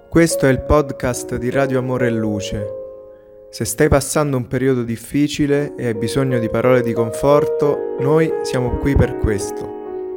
Questo è il podcast di Radio Amore e Luce. Se stai passando un periodo difficile e hai bisogno di parole di conforto, noi siamo qui per questo.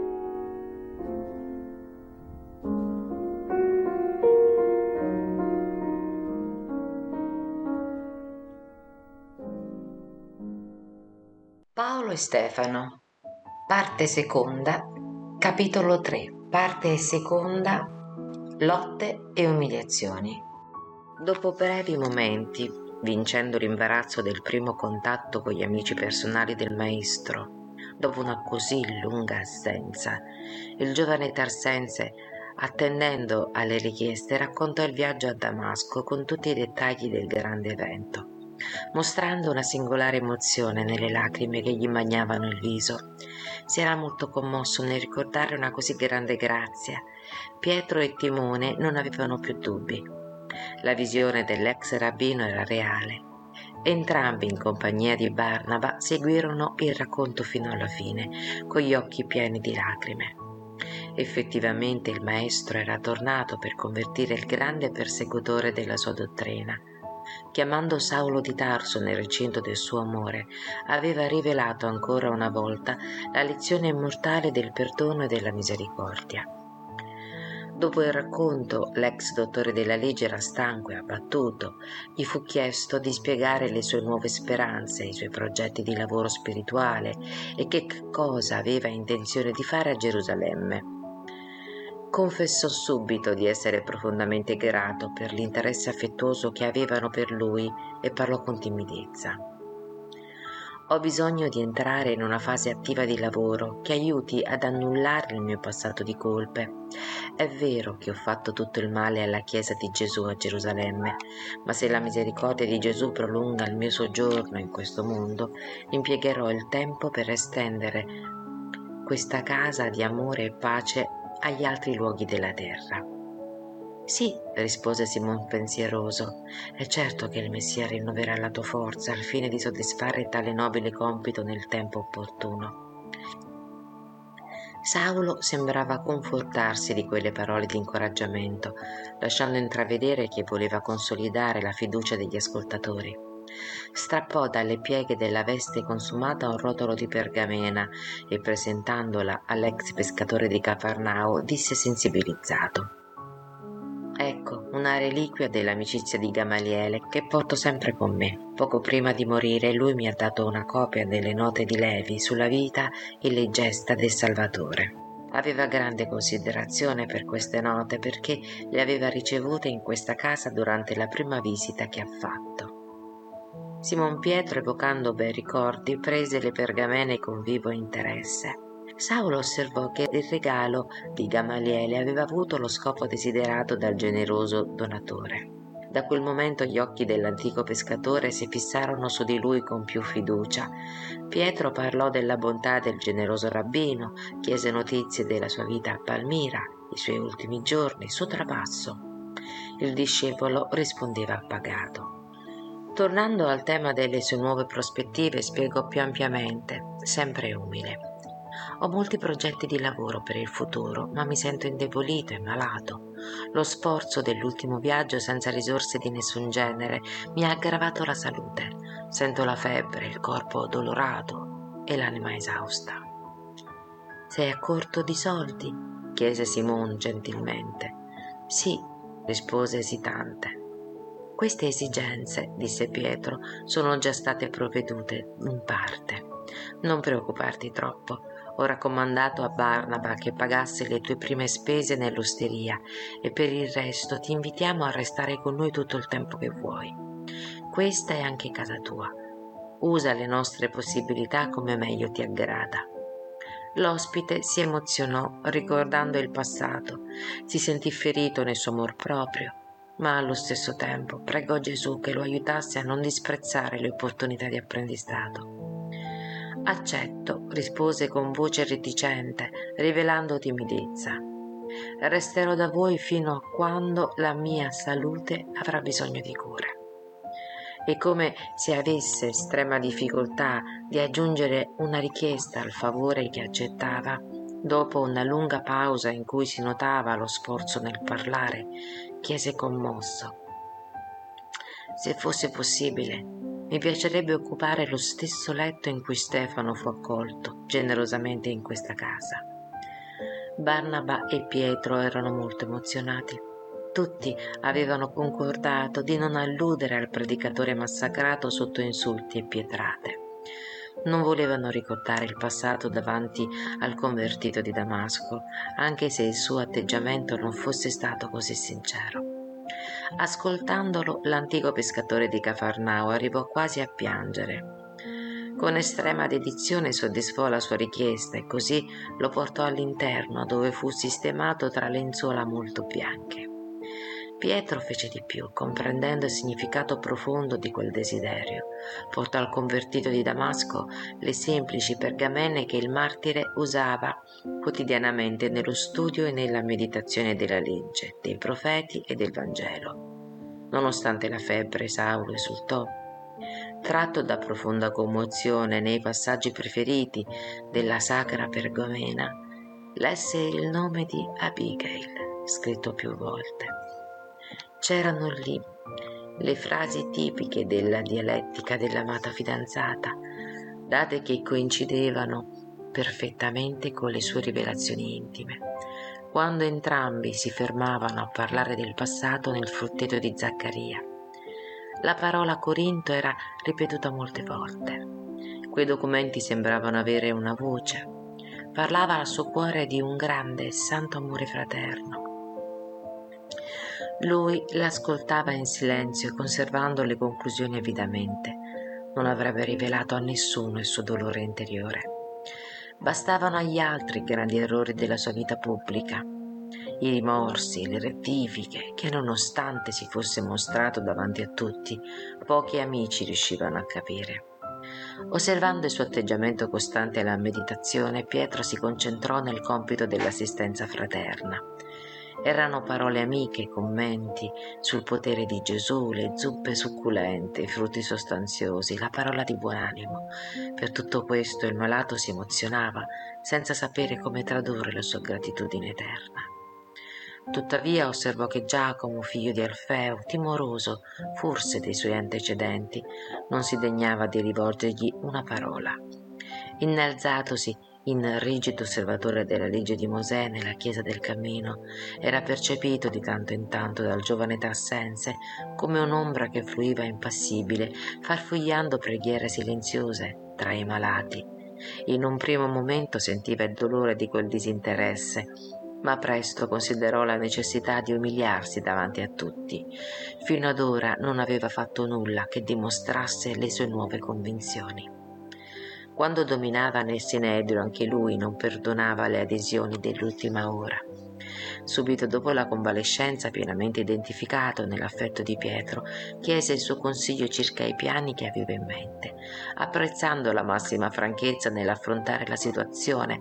Paolo e Stefano, parte seconda, capitolo 3, parte seconda, lotte e umiliazioni. Dopo brevi momenti, vincendo l'imbarazzo del primo contatto con gli amici personali del maestro, dopo una così lunga assenza, il giovane tarsense, attendendo alle richieste, raccontò il viaggio a Damasco con tutti i dettagli del grande evento, mostrando una singolare emozione nelle lacrime che gli bagnavano il viso. Si era molto commosso nel ricordare una così grande grazia. Pietro e Timone non avevano più dubbi. La visione dell'ex rabbino era reale. Entrambi, in compagnia di Barnaba, seguirono il racconto fino alla fine, con gli occhi pieni di lacrime. Effettivamente il maestro era tornato per convertire il grande persecutore della sua dottrina. Chiamando Saulo di Tarso nel recinto del suo amore, aveva rivelato ancora una volta la lezione immortale del perdono e della misericordia. Dopo il racconto, l'ex dottore della legge era stanco e abbattuto. Gli fu chiesto di spiegare le sue nuove speranze, i suoi progetti di lavoro spirituale e che cosa aveva intenzione di fare a Gerusalemme. Confessò subito di essere profondamente grato per l'interesse affettuoso che avevano per lui e parlò con timidezza. Ho bisogno di entrare in una fase attiva di lavoro che aiuti ad annullare il mio passato di colpe. È vero che ho fatto tutto il male alla Chiesa di Gesù a Gerusalemme, ma se la misericordia di Gesù prolunga il mio soggiorno in questo mondo, impiegherò il tempo per estendere questa casa di amore e pace agli altri luoghi della terra. Sì, rispose Simon pensieroso, è certo che il Messia rinnoverà la tua forza al fine di soddisfare tale nobile compito nel tempo opportuno. Saulo sembrava confortarsi di quelle parole di incoraggiamento, lasciando intravedere che voleva consolidare la fiducia degli ascoltatori. Strappò dalle pieghe della veste consumata un rotolo di pergamena e, presentandola all'ex pescatore di Cafarnao, disse sensibilizzato: «Ecco, una reliquia dell'amicizia di Gamaliele che porto sempre con me. Poco prima di morire lui mi ha dato una copia delle note di Levi sulla vita e le gesta del Salvatore. Aveva grande considerazione per queste note perché le aveva ricevute in questa casa durante la prima visita che ha fatto». Simon Pietro, evocando bei ricordi, prese le pergamene con vivo interesse. Saulo osservò che il regalo di Gamaliele aveva avuto lo scopo desiderato dal generoso donatore. Da quel momento gli occhi dell'antico pescatore si fissarono su di lui con più fiducia. Pietro parlò della bontà del generoso rabbino, chiese notizie della sua vita a Palmira, i suoi ultimi giorni, il suo trapasso. Il discepolo rispondeva appagato. Tornando al tema delle sue nuove prospettive, spiegò più ampiamente, sempre umile. Ho molti progetti di lavoro per il futuro, ma mi sento indebolito e malato. Lo sforzo dell'ultimo viaggio senza risorse di nessun genere mi ha aggravato la salute. Sento la febbre, il corpo dolorato e l'anima esausta. Sei a corto di soldi? Chiese Simon gentilmente. Sì, rispose esitante. Queste esigenze, disse Pietro, sono già state provvedute in parte. Non preoccuparti troppo. Ho raccomandato a Barnaba che pagasse le tue prime spese nell'osteria e per il resto ti invitiamo a restare con noi tutto il tempo che vuoi. Questa è anche casa tua. Usa le nostre possibilità come meglio ti aggrada. L'ospite si emozionò ricordando il passato, si sentì ferito nel suo amor proprio, ma allo stesso tempo pregò Gesù che lo aiutasse a non disprezzare le opportunità di apprendistato. Accetto, rispose con voce reticente, rivelando timidezza. Resterò da voi fino a quando la mia salute avrà bisogno di cure. E come se avesse estrema difficoltà di aggiungere una richiesta al favore che accettava, Dopo una lunga pausa in cui si notava lo sforzo nel parlare, chiese commosso: «Se fosse possibile, mi piacerebbe occupare lo stesso letto in cui Stefano fu accolto generosamente in questa casa». Barnaba e Pietro erano molto emozionati. Tutti avevano concordato di non alludere al predicatore massacrato sotto insulti e pietrate. Non volevano ricordare il passato davanti al convertito di Damasco, anche se il suo atteggiamento non fosse stato così sincero. Ascoltandolo, l'antico pescatore di Cafarnao arrivò quasi a piangere. Con estrema dedizione soddisfò la sua richiesta e così lo portò all'interno, dove fu sistemato tra lenzuola molto bianche. Pietro fece di più, comprendendo il significato profondo di quel desiderio. Portò al convertito di Damasco le semplici pergamene che il martire usava quotidianamente nello studio e nella meditazione della legge, dei profeti e del Vangelo. Nonostante la febbre, Saulo esultò. Tratto da profonda commozione nei passaggi preferiti della sacra pergamena, lesse il nome di Abigail, scritto più volte. C'erano lì le frasi tipiche della dialettica dell'amata fidanzata, date che coincidevano perfettamente con le sue rivelazioni intime, quando entrambi si fermavano a parlare del passato nel frutteto di Zaccaria. La parola Corinto era ripetuta molte volte. Quei documenti sembravano avere una voce. Parlava al suo cuore di un grande e santo amore fraterno. Lui l'ascoltava in silenzio, conservando le conclusioni avidamente. Non avrebbe rivelato a nessuno il suo dolore interiore. Bastavano agli altri i grandi errori della sua vita pubblica, i rimorsi, le rettifiche, che nonostante si fosse mostrato davanti a tutti, pochi amici riuscivano a capire. Osservando il suo atteggiamento costante alla meditazione, Pietro si concentrò nel compito dell'assistenza fraterna. Erano parole amiche, commenti sul potere di Gesù, le zuppe succulente, i frutti sostanziosi, la parola di buonanimo. Per tutto questo il malato si emozionava, senza sapere come tradurre la sua gratitudine eterna. Tuttavia osservò che Giacomo, figlio di Alfeo, timoroso forse dei suoi antecedenti, non si degnava di rivolgergli una parola. Innalzatosi in rigido osservatore della legge di Mosè nella chiesa del Cammino, era percepito di tanto in tanto dal giovane Tassense come un'ombra che fluiva impassibile, farfugliando preghiere silenziose tra i malati. In un primo momento sentiva il dolore di quel disinteresse, ma presto considerò la necessità di umiliarsi davanti a tutti. Fino ad ora non aveva fatto nulla che dimostrasse le sue nuove convinzioni. Quando dominava nel Sinedrio, anche lui non perdonava le adesioni dell'ultima ora. Subito dopo la convalescenza, pienamente identificato nell'affetto di Pietro, chiese il suo consiglio circa i piani che aveva in mente, apprezzando la massima franchezza nell'affrontare la situazione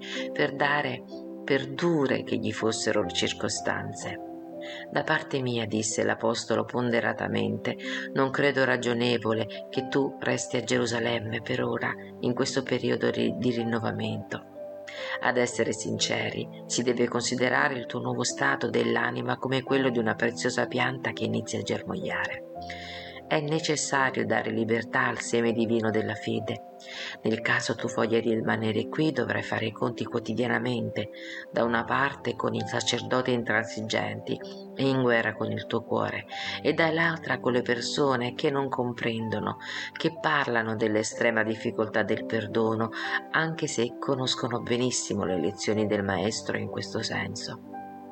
per dure che gli fossero le circostanze. Da parte mia, disse l'apostolo ponderatamente, non credo ragionevole che tu resti a Gerusalemme per ora, in questo periodo di rinnovamento. Ad essere sinceri, si deve considerare il tuo nuovo stato dell'anima come quello di una preziosa pianta che inizia a germogliare. È necessario dare libertà al seme divino della fede. Nel caso tu voglia rimanere qui, dovrai fare i conti quotidianamente, da una parte con i sacerdoti intransigenti e in guerra con il tuo cuore, e dall'altra con le persone che non comprendono, che parlano dell'estrema difficoltà del perdono, anche se conoscono benissimo le lezioni del Maestro in questo senso.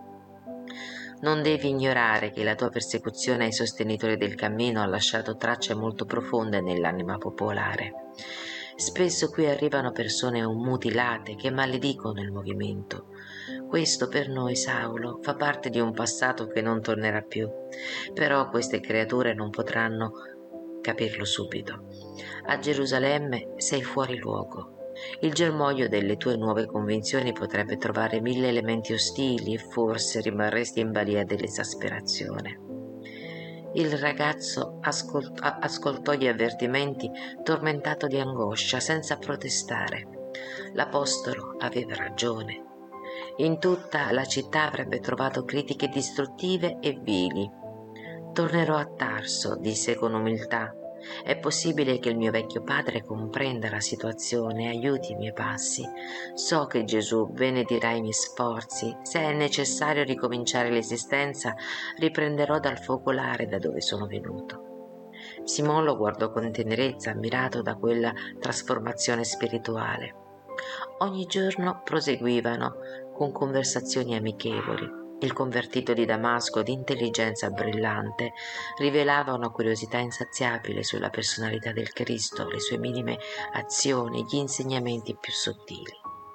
Non devi ignorare che la tua persecuzione ai sostenitori del cammino ha lasciato tracce molto profonde nell'anima popolare. Spesso qui arrivano persone mutilate che maledicono il movimento. Questo per noi, Saulo, fa parte di un passato che non tornerà più. Però queste creature non potranno capirlo subito. A Gerusalemme sei fuori luogo. Il germoglio delle tue nuove convinzioni potrebbe trovare 1000 elementi ostili e forse rimarresti in balia dell'esasperazione. Il ragazzo ascoltò gli avvertimenti tormentato di angoscia senza protestare. L'apostolo aveva ragione. In tutta la città avrebbe trovato critiche distruttive e vili. «Tornerò a Tarso», disse con umiltà. «È possibile che il mio vecchio padre comprenda la situazione e aiuti i miei passi. So che Gesù benedirà i miei sforzi. Se è necessario ricominciare l'esistenza, riprenderò dal focolare da dove sono venuto». Simon lo guardò con tenerezza, ammirato da quella trasformazione spirituale. Ogni giorno proseguivano con conversazioni amichevoli. Il convertito di Damasco, di intelligenza brillante, rivelava una curiosità insaziabile sulla personalità del Cristo, le sue minime azioni, gli insegnamenti più sottili.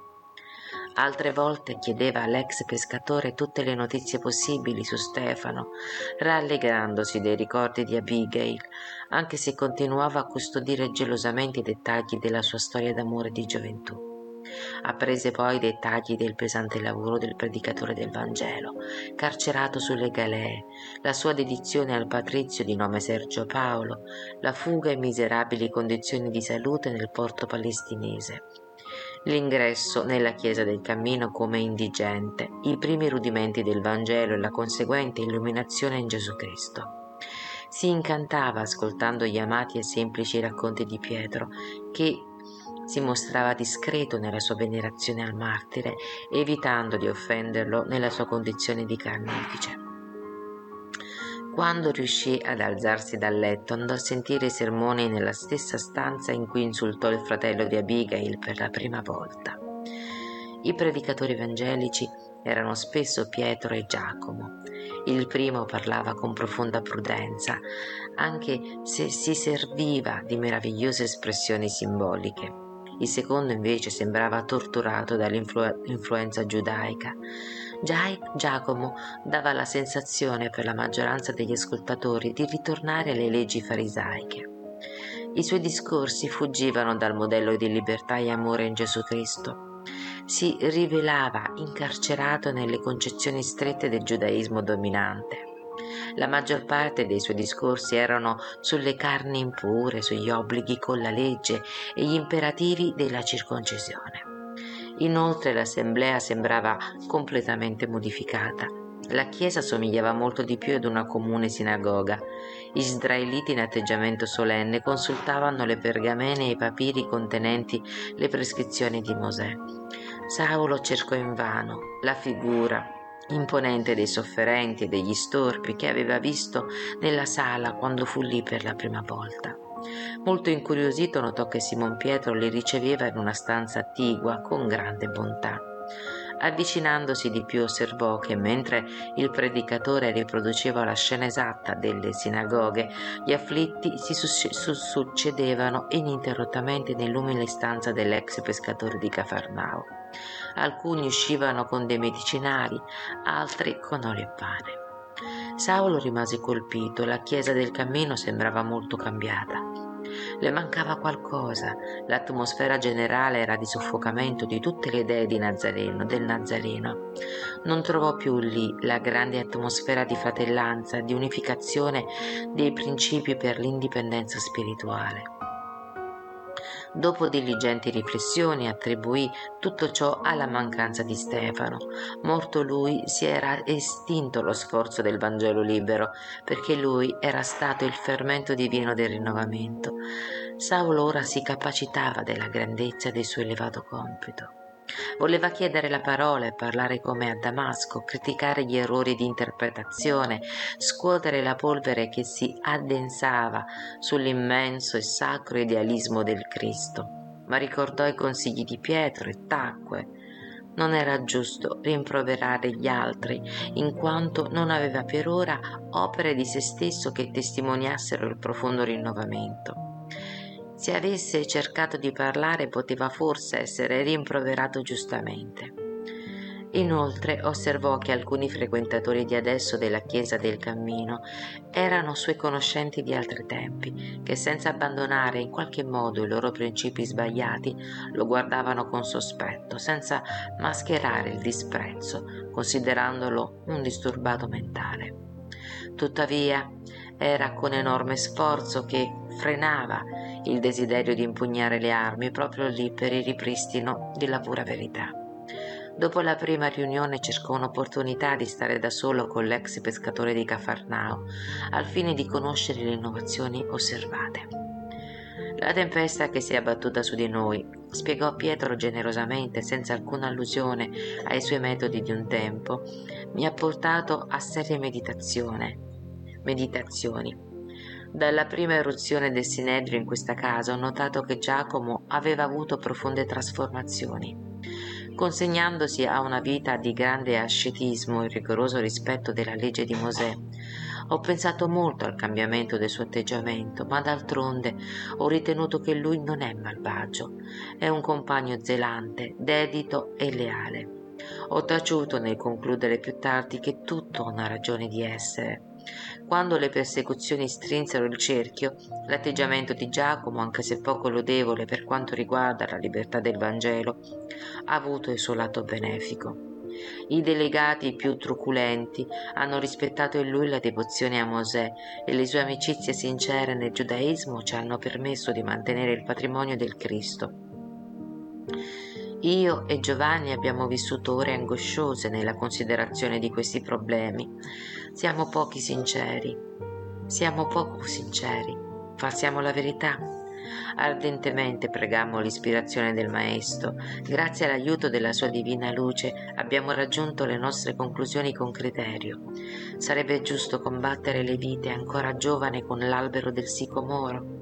Altre volte chiedeva all'ex pescatore tutte le notizie possibili su Stefano, rallegrandosi dei ricordi di Abigail, anche se continuava a custodire gelosamente i dettagli della sua storia d'amore di gioventù. Apprese poi i dettagli del pesante lavoro del predicatore del Vangelo, carcerato sulle galee, la sua dedizione al patrizio di nome Sergio Paolo, la fuga in miserabili condizioni di salute nel porto palestinese, l'ingresso nella chiesa del Cammino come indigente, i primi rudimenti del Vangelo e la conseguente illuminazione in Gesù Cristo. Si incantava ascoltando gli amati e semplici racconti di Pietro, che si mostrava discreto nella sua venerazione al martire, evitando di offenderlo nella sua condizione di carnefice. Quando riuscì ad alzarsi dal letto, andò a sentire i sermoni nella stessa stanza in cui insultò il fratello di Abigail per la prima volta. I predicatori evangelici erano spesso Pietro e Giacomo. Il primo parlava con profonda prudenza, anche se si serviva di meravigliose espressioni simboliche. Il secondo invece sembrava torturato dall'influenza giudaica. Giacomo dava la sensazione per la maggioranza degli ascoltatori di ritornare alle leggi farisaiche. I suoi discorsi fuggivano dal modello di libertà e amore in Gesù Cristo. Si rivelava incarcerato nelle concezioni strette del giudaismo dominante. La maggior parte dei suoi discorsi erano sulle carni impure, sugli obblighi con la legge e gli imperativi della circoncisione. Inoltre l'assemblea sembrava completamente modificata. La chiesa somigliava molto di più ad una comune sinagoga. Gli israeliti in atteggiamento solenne consultavano le pergamene e i papiri contenenti le prescrizioni di Mosè. Saulo cercò invano la figura imponente dei sofferenti e degli storpi che aveva visto nella sala quando fu lì per la prima volta. Molto incuriosito notò che Simon Pietro li riceveva in una stanza attigua con grande bontà. Avvicinandosi di più osservò che mentre il predicatore riproduceva la scena esatta delle sinagoghe, gli afflitti si succedevano ininterrottamente nell'umile stanza dell'ex pescatore di Cafarnao. Alcuni uscivano con dei medicinali, altri con olio e pane. Saulo rimase colpito, la chiesa del Cammino sembrava molto cambiata. Le mancava qualcosa, l'atmosfera generale era di soffocamento di tutte le idee del Nazareno. Non trovò più lì la grande atmosfera di fratellanza, di unificazione dei principi per l'indipendenza spirituale. Dopo diligenti riflessioni attribuì tutto ciò alla mancanza di Stefano. Morto lui, si era estinto lo sforzo del Vangelo libero, perché lui era stato il fermento divino del rinnovamento. Saulo ora si capacitava della grandezza del suo elevato compito. Voleva chiedere la parola e parlare come a Damasco, criticare gli errori di interpretazione, scuotere la polvere che si addensava sull'immenso e sacro idealismo del Cristo. Ma ricordò i consigli di Pietro e tacque. Non era giusto rimproverare gli altri, in quanto non aveva per ora opere di se stesso che testimoniassero il profondo rinnovamento. Se avesse cercato di parlare poteva forse essere rimproverato giustamente. Inoltre osservò che alcuni frequentatori di adesso della Chiesa del Cammino erano suoi conoscenti di altri tempi, che senza abbandonare in qualche modo i loro principi sbagliati lo guardavano con sospetto, senza mascherare il disprezzo, considerandolo un disturbato mentale. Tuttavia, era con enorme sforzo che frenava il desiderio di impugnare le armi proprio lì per il ripristino della pura verità. Dopo la prima riunione cercò un'opportunità di stare da solo con l'ex pescatore di Cafarnao, al fine di conoscere le innovazioni osservate. La tempesta che si è abbattuta su di noi, spiegò Pietro generosamente, senza alcuna allusione ai suoi metodi di un tempo, mi ha portato a serie meditazioni. Dalla prima eruzione del Sinedrio in questa casa ho notato che Giacomo aveva avuto profonde trasformazioni. Consegnandosi a una vita di grande ascetismo e rigoroso rispetto della legge di Mosè, ho pensato molto al cambiamento del suo atteggiamento, ma d'altronde ho ritenuto che lui non è malvagio, è un compagno zelante, dedito e leale. Ho taciuto nel concludere più tardi che tutto ha una ragione di essere. Quando le persecuzioni strinsero il cerchio, l'atteggiamento di Giacomo, anche se poco lodevole per quanto riguarda la libertà del Vangelo, ha avuto il suo lato benefico. I delegati più truculenti hanno rispettato in lui la devozione a Mosè e le sue amicizie sincere nel giudaismo ci hanno permesso di mantenere il patrimonio del Cristo. Io e Giovanni abbiamo vissuto ore angosciose nella considerazione di questi problemi. Siamo poco sinceri. Falsiamo la verità. Ardentemente pregammo l'ispirazione del Maestro. Grazie all'aiuto della sua divina luce abbiamo raggiunto le nostre conclusioni con criterio. Sarebbe giusto combattere le vite ancora giovani con l'albero del sicomoro.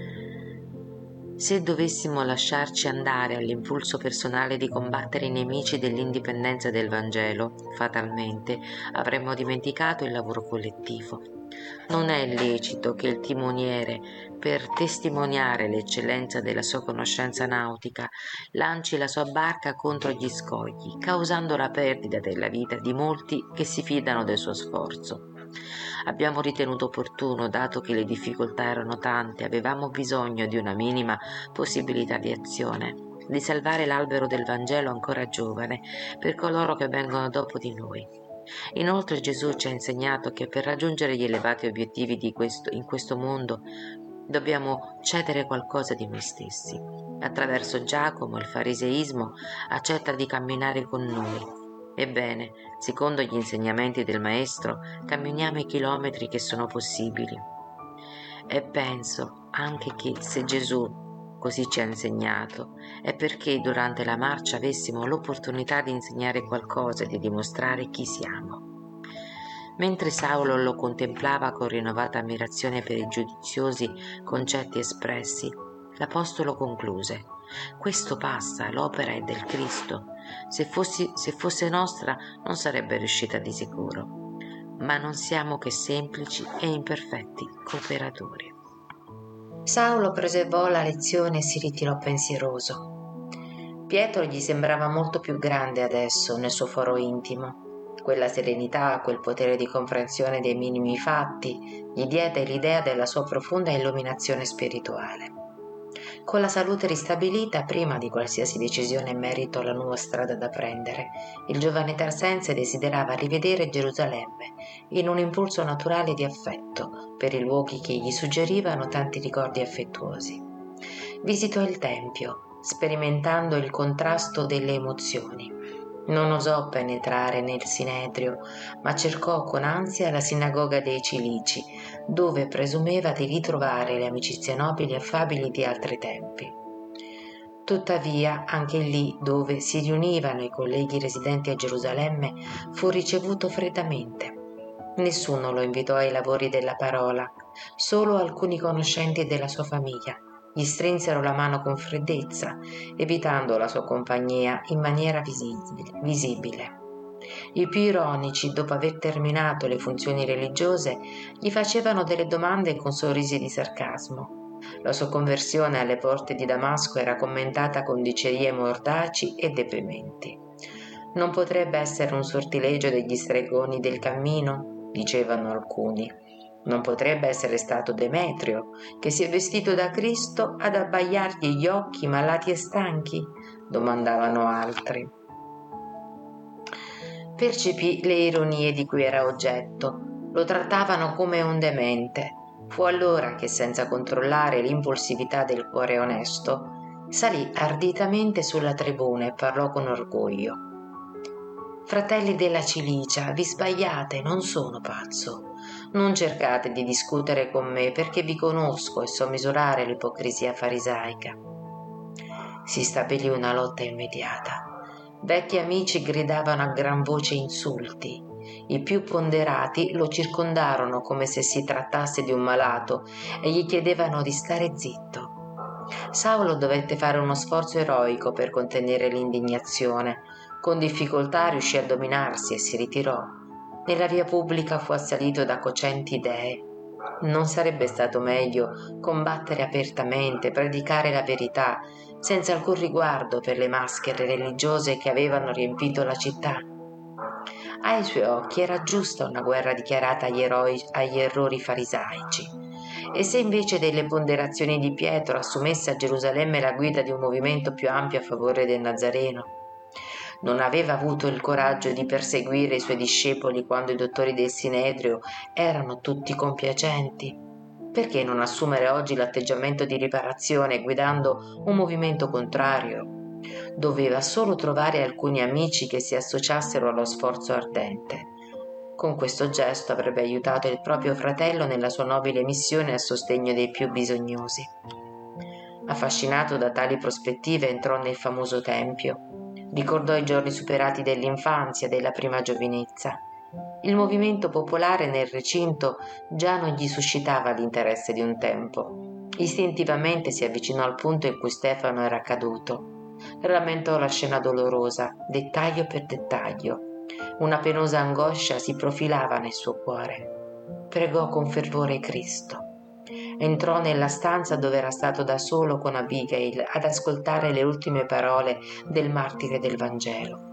Se dovessimo lasciarci andare all'impulso personale di combattere i nemici dell'indipendenza del Vangelo, fatalmente avremmo dimenticato il lavoro collettivo. Non è lecito che il timoniere, per testimoniare l'eccellenza della sua conoscenza nautica, lanci la sua barca contro gli scogli, causando la perdita della vita di molti che si fidano del suo sforzo. Abbiamo ritenuto opportuno, dato che le difficoltà erano tante, avevamo bisogno di una minima possibilità di azione, di salvare l'albero del Vangelo ancora giovane per coloro che vengono dopo di noi. Inoltre Gesù ci ha insegnato che per raggiungere gli elevati obiettivi in questo mondo dobbiamo cedere qualcosa di noi stessi. Attraverso Giacomo il fariseismo accetta di camminare con noi. Ebbene, secondo gli insegnamenti del Maestro, camminiamo i chilometri che sono possibili. E penso anche che se Gesù così ci ha insegnato, è perché durante la marcia avessimo l'opportunità di insegnare qualcosa e di dimostrare chi siamo. Mentre Saulo lo contemplava con rinnovata ammirazione per i giudiziosi concetti espressi, l'Apostolo concluse: «Questo passa, l'opera è del Cristo. Se fosse nostra non sarebbe riuscita di sicuro. Ma non siamo che semplici e imperfetti cooperatori». Saulo preservò la lezione e si ritirò pensieroso. Pietro gli sembrava molto più grande adesso nel suo foro intimo. Quella serenità, quel potere di comprensione dei minimi fatti, gli diede l'idea della sua profonda illuminazione spirituale. Con la salute ristabilita, prima di qualsiasi decisione in merito alla nuova strada da prendere, il giovane Tarsense desiderava rivedere Gerusalemme in un impulso naturale di affetto per i luoghi che gli suggerivano tanti ricordi affettuosi. Visitò il Tempio, sperimentando il contrasto delle emozioni. Non osò penetrare nel Sinedrio, ma cercò con ansia la sinagoga dei Cilici, dove presumeva di ritrovare le amicizie nobili e affabili di altri tempi. Tuttavia, anche lì dove si riunivano i colleghi residenti a Gerusalemme, fu ricevuto freddamente. Nessuno lo invitò ai lavori della parola, solo alcuni conoscenti della sua famiglia gli strinsero la mano con freddezza, evitando la sua compagnia in maniera visibile. I più ironici, dopo aver terminato le funzioni religiose, gli facevano delle domande con sorrisi di sarcasmo. La sua conversione alle porte di Damasco era commentata con dicerie mordaci e deprimenti. «Non potrebbe essere un sortilegio degli stregoni del cammino?» dicevano alcuni. «Non potrebbe essere stato Demetrio, che si è vestito da Cristo ad abbaiargli gli occhi malati e stanchi?» domandavano altri. Percepì le ironie di cui era oggetto. Lo trattavano come un demente. Fu allora che, senza controllare l'impulsività del cuore onesto, salì arditamente sulla tribuna e parlò con orgoglio. Fratelli della Cilicia, vi sbagliate, non sono pazzo. Non cercate di discutere con me perché vi conosco e so misurare l'ipocrisia farisaica. Si stabilì una lotta immediata. Vecchi amici gridavano a gran voce insulti. I più ponderati lo circondarono come se si trattasse di un malato e gli chiedevano di stare zitto. Saulo dovette fare uno sforzo eroico per contenere l'indignazione. Con difficoltà riuscì a dominarsi e si ritirò. Nella via pubblica fu assalito da cocenti idee. Non sarebbe stato meglio combattere apertamente, predicare la verità, senza alcun riguardo per le maschere religiose che avevano riempito la città? Ai suoi occhi era giusta una guerra dichiarata agli errori farisaici. E se invece delle ponderazioni di Pietro assumesse a Gerusalemme la guida di un movimento più ampio a favore del Nazareno? Non aveva avuto il coraggio di perseguire i suoi discepoli quando i dottori del Sinedrio erano tutti compiacenti? Perché non assumere oggi l'atteggiamento di riparazione guidando un movimento contrario? Doveva solo trovare alcuni amici che si associassero allo sforzo ardente. Con questo gesto avrebbe aiutato il proprio fratello nella sua nobile missione a sostegno dei più bisognosi. Affascinato da tali prospettive, entrò nel famoso tempio. Ricordò i giorni superati dell'infanzia, della prima giovinezza. Il movimento popolare nel recinto già non gli suscitava l'interesse di un tempo. Istintivamente si avvicinò al punto in cui Stefano era caduto. Rammentò la scena dolorosa, dettaglio per dettaglio. Una penosa angoscia si profilava nel suo cuore. Pregò con fervore Cristo. Entrò nella stanza dove era stato da solo con Abigail ad ascoltare le ultime parole del martire del Vangelo.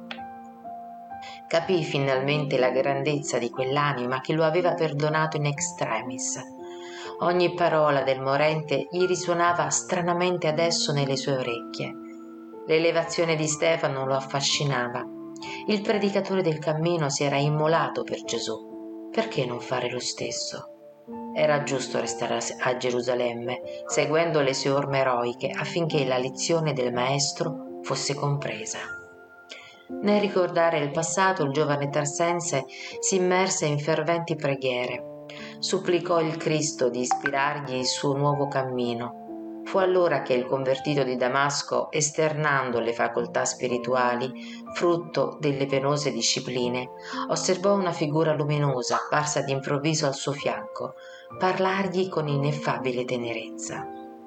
Capì finalmente la grandezza di quell'anima che lo aveva perdonato in extremis. Ogni parola del morente gli risuonava stranamente adesso nelle sue orecchie. L'elevazione di Stefano lo affascinava. Il predicatore del cammino si era immolato per Gesù. Perché non fare lo stesso? Era giusto restare a Gerusalemme, seguendo le sue orme eroiche affinché la lezione del maestro fosse compresa. Nel ricordare il passato, il giovane tarsense si immerse in ferventi preghiere. Supplicò il Cristo di ispirargli il suo nuovo cammino. Fu allora che il convertito di Damasco, esternando le facoltà spirituali, frutto delle penose discipline, osservò una figura luminosa apparsa d'improvviso al suo fianco, parlargli con ineffabile tenerezza.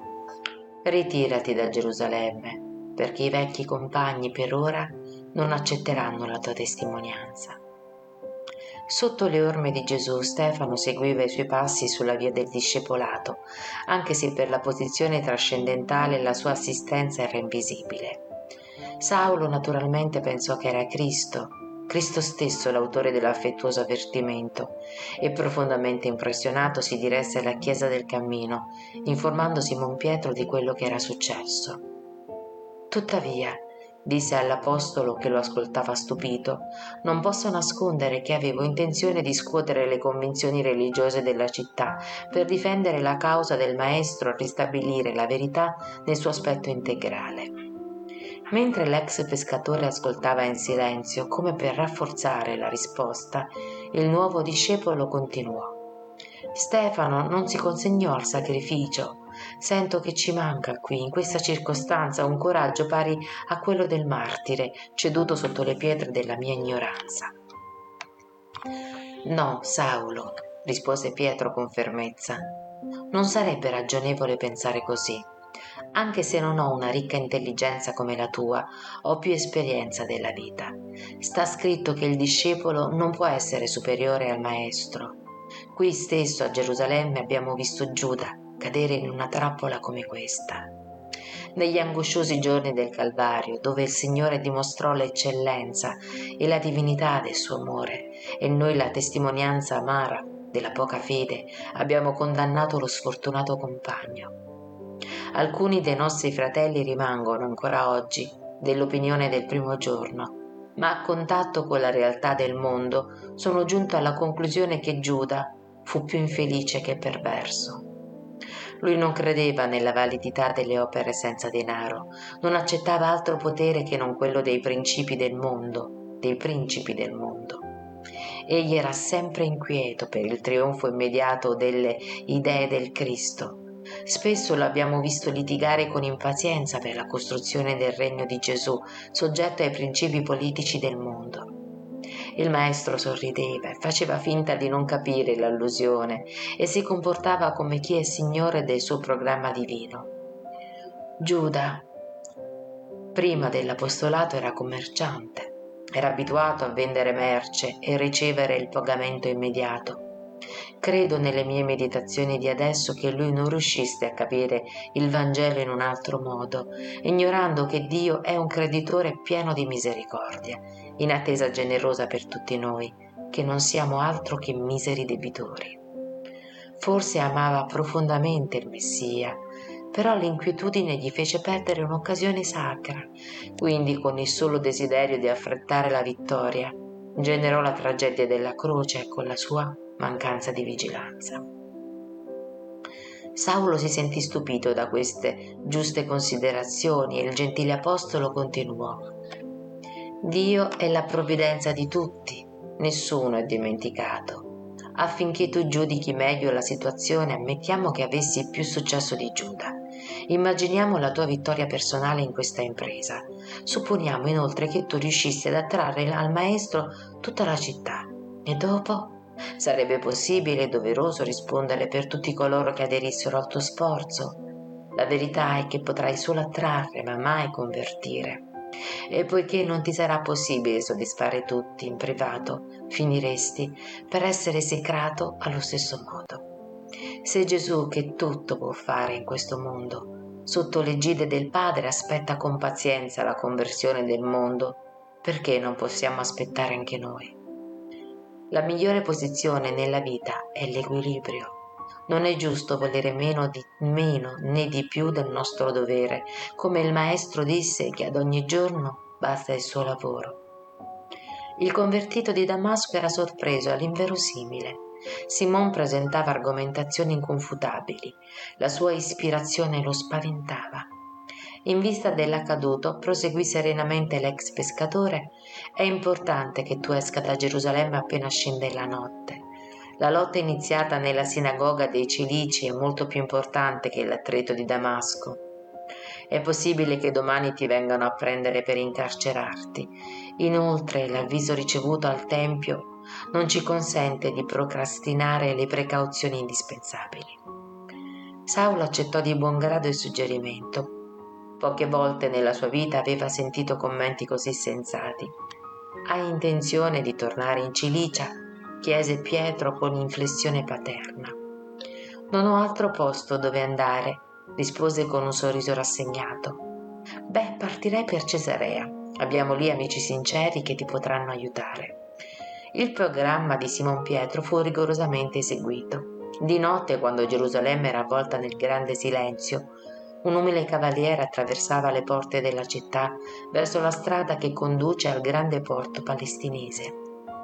Ritirati da Gerusalemme, perché i vecchi compagni per ora non accetteranno la tua testimonianza. Sotto le orme di Gesù, Stefano seguiva i suoi passi sulla via del discepolato, anche se per la posizione trascendentale la sua assistenza era invisibile. Saulo naturalmente pensò che era Cristo stesso l'autore dell'affettuoso avvertimento, e profondamente impressionato si diresse alla chiesa del cammino, informando Simon Pietro di quello che era successo. Tuttavia, disse all'apostolo che lo ascoltava stupito, non posso nascondere che avevo intenzione di scuotere le convinzioni religiose della città per difendere la causa del maestro e ristabilire la verità nel suo aspetto integrale. Mentre l'ex pescatore ascoltava in silenzio, come per rafforzare la risposta, il nuovo discepolo continuò. Stefano non si consegnò al sacrificio. Sento che ci manca qui, in questa circostanza, un coraggio pari a quello del martire, ceduto sotto le pietre della mia ignoranza. No, Saulo, rispose Pietro con fermezza. Non sarebbe ragionevole pensare così. Anche se non ho una ricca intelligenza come la tua, ho più esperienza della vita. Sta scritto che il discepolo non può essere superiore al maestro. Qui stesso a Gerusalemme abbiamo visto Giuda cadere in una trappola come questa. Negli angosciosi giorni del Calvario, dove il Signore dimostrò l'eccellenza e la divinità del suo amore, e noi la testimonianza amara della poca fede, abbiamo condannato lo sfortunato compagno. Alcuni dei nostri fratelli rimangono ancora oggi dell'opinione del primo giorno, ma a contatto con la realtà del mondo sono giunto alla conclusione che Giuda fu più infelice che perverso. Lui non credeva nella validità delle opere senza denaro, non accettava altro potere che non quello dei principi del mondo. dei principi del mondo. Egli era sempre inquieto per il trionfo immediato delle idee del Cristo. Spesso l'abbiamo visto litigare con impazienza per la costruzione del regno di Gesù, soggetto ai principi politici del mondo. Il maestro sorrideva e faceva finta di non capire l'allusione e si comportava come chi è signore del suo programma divino. Giuda, prima dell'apostolato, era commerciante. Era abituato a vendere merce e ricevere il pagamento immediato. Credo nelle mie meditazioni di adesso che lui non riuscisse a capire il Vangelo in un altro modo, ignorando che Dio è un creditore pieno di misericordia, in attesa generosa per tutti noi, che non siamo altro che miseri debitori. Forse amava profondamente il Messia, però l'inquietudine gli fece perdere un'occasione sacra, quindi con il solo desiderio di affrettare la vittoria, generò la tragedia della croce con la sua mancanza di vigilanza. Saulo si sentì stupito da queste giuste considerazioni e il gentile apostolo continuò: Dio è la provvidenza di tutti, nessuno è dimenticato. Affinché tu giudichi meglio la situazione, ammettiamo che avessi più successo di Giuda. Immaginiamo la tua vittoria personale in questa impresa. Supponiamo inoltre che tu riuscissi ad attrarre al maestro tutta la città. E dopo? Sarebbe possibile e doveroso rispondere per tutti coloro che aderissero al tuo sforzo. La verità è che potrai solo attrarre, ma mai convertire. E poiché non ti sarà possibile soddisfare tutti in privato, finiresti per essere esecrato allo stesso modo. Se Gesù, che tutto può fare in questo mondo, sotto l'egide del Padre aspetta con pazienza la conversione del mondo, perché non possiamo aspettare anche noi? La migliore posizione nella vita è l'equilibrio. Non è giusto volere meno né di più del nostro dovere, come il maestro disse che ad ogni giorno basta il suo lavoro. Il convertito di Damasco era sorpreso all'inverosimile. Simon presentava argomentazioni inconfutabili, la sua ispirazione lo spaventava. In vista dell'accaduto, proseguì serenamente l'ex pescatore, è importante che tu esca da Gerusalemme appena scende la notte. La lotta iniziata nella sinagoga dei Cilici è molto più importante che l'attrito di Damasco. È possibile che domani ti vengano a prendere per incarcerarti. Inoltre, l'avviso ricevuto al Tempio non ci consente di procrastinare le precauzioni indispensabili. Saulo accettò di buon grado il suggerimento. Poche volte nella sua vita aveva sentito commenti così sensati. Hai intenzione di tornare in Cilicia? Chiese Pietro con inflessione paterna. Non ho altro posto dove andare, rispose con un sorriso rassegnato. Beh, partirei per Cesarea. Abbiamo lì amici sinceri che ti potranno aiutare. Il programma di Simon Pietro fu rigorosamente eseguito. Di notte, quando Gerusalemme era avvolta nel grande silenzio, un umile cavaliere attraversava le porte della città verso la strada che conduce al grande porto palestinese.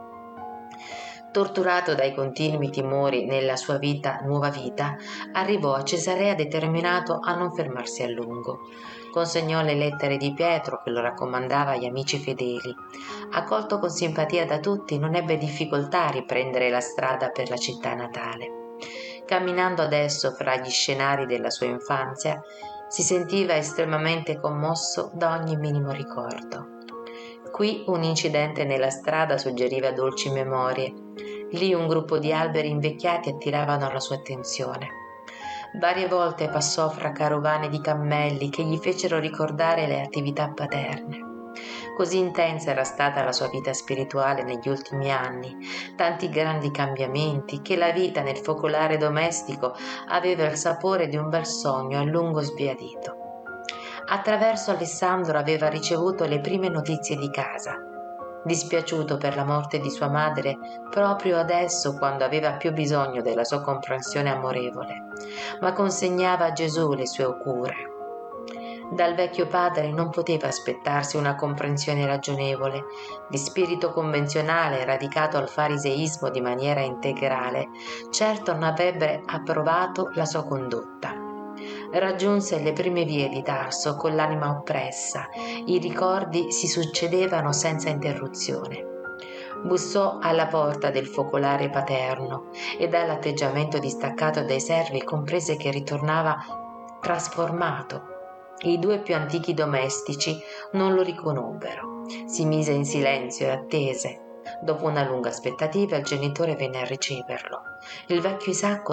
Torturato dai continui timori nella sua nuova vita, arrivò a Cesarea determinato a non fermarsi a lungo. Consegnò le lettere di Pietro che lo raccomandava agli amici fedeli. Accolto con simpatia da tutti, non ebbe difficoltà a riprendere la strada per la città natale. Camminando adesso fra gli scenari della sua infanzia, si sentiva estremamente commosso da ogni minimo ricordo. Qui un incidente nella strada suggeriva dolci memorie, lì un gruppo di alberi invecchiati attiravano la sua attenzione. Varie volte passò fra carovane di cammelli che gli fecero ricordare le attività paterne. Così intensa era stata la sua vita spirituale negli ultimi anni, tanti grandi cambiamenti, che la vita nel focolare domestico aveva il sapore di un bel sogno a lungo sbiadito. Attraverso Alessandro aveva ricevuto le prime notizie di casa. Dispiaciuto per la morte di sua madre proprio adesso quando aveva più bisogno della sua comprensione amorevole, ma consegnava a Gesù le sue cure. Dal vecchio padre non poteva aspettarsi una comprensione ragionevole, di spirito convenzionale radicato al fariseismo di maniera integrale, certo non avrebbe approvato la sua condotta. Raggiunse le prime vie di Tarso con l'anima oppressa, i ricordi si succedevano senza interruzione. Bussò alla porta del focolare paterno e dall'atteggiamento distaccato dai servi comprese che ritornava trasformato. I due più antichi domestici non lo riconobbero. Si mise in silenzio e attese. Dopo una lunga aspettativa il genitore venne a riceverlo. Il vecchio Isacco,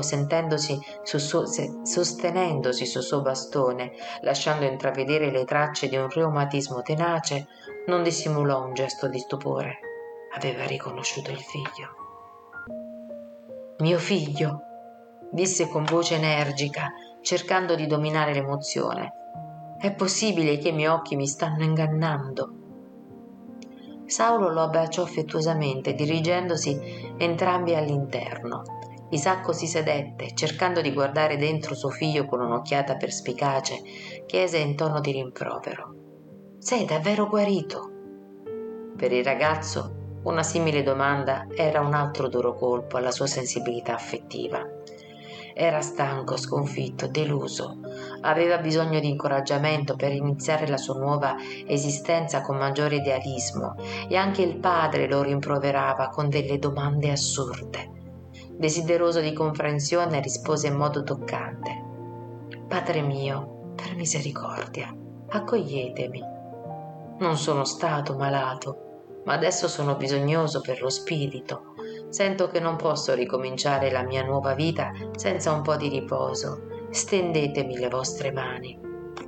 sostenendosi sul suo bastone, lasciando intravedere le tracce di un reumatismo tenace, non dissimulò un gesto di stupore. Aveva riconosciuto il figlio. «Mio figlio», disse con voce energica, cercando di dominare l'emozione. «È possibile che i miei occhi mi stanno ingannando?» Saulo lo abbracciò affettuosamente, dirigendosi entrambi all'interno. Isacco si sedette, cercando di guardare dentro suo figlio con un'occhiata perspicace, chiese in tono di rimprovero: «Sei davvero guarito?» Per il ragazzo una simile domanda era un altro duro colpo alla sua sensibilità affettiva. Era stanco, sconfitto, deluso. Aveva bisogno di incoraggiamento per iniziare la sua nuova esistenza con maggiore idealismo, e anche il padre lo rimproverava con delle domande assurde. Desideroso di comprensione, rispose in modo toccante: «Padre mio, per misericordia, accoglietemi. Non sono stato malato, ma adesso sono bisognoso per lo spirito. Sento che non posso ricominciare la mia nuova vita senza un po' di riposo. Stendetemi le vostre mani».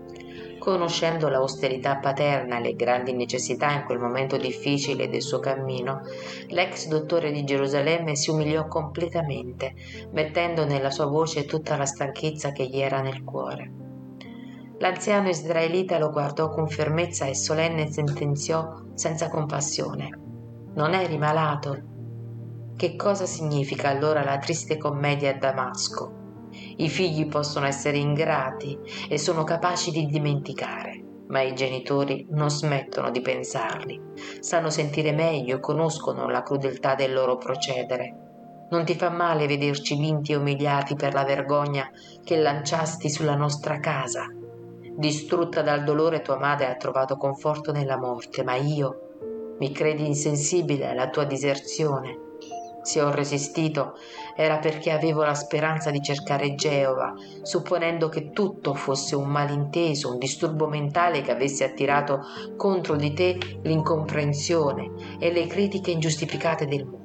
Conoscendo l'austerità paterna e le grandi necessità in quel momento difficile del suo cammino, l'ex dottore di Gerusalemme si umiliò completamente, mettendo nella sua voce tutta la stanchezza che gli era nel cuore. L'anziano israelita lo guardò con fermezza e solenne sentenziò senza compassione: «Non eri malato?» Che cosa significa allora la triste commedia a Damasco? I figli possono essere ingrati e sono capaci di dimenticare, ma i genitori non smettono di pensarli. Sanno sentire meglio, conoscono la crudeltà del loro procedere. Non ti fa male vederci vinti e umiliati per la vergogna che lanciasti sulla nostra casa? Distrutta dal dolore, tua madre ha trovato conforto nella morte, ma io mi credi insensibile alla tua diserzione? Se ho resistito era perché avevo la speranza di cercare Geova, supponendo che tutto fosse un malinteso, un disturbo mentale che avesse attirato contro di te l'incomprensione e le critiche ingiustificate del mondo.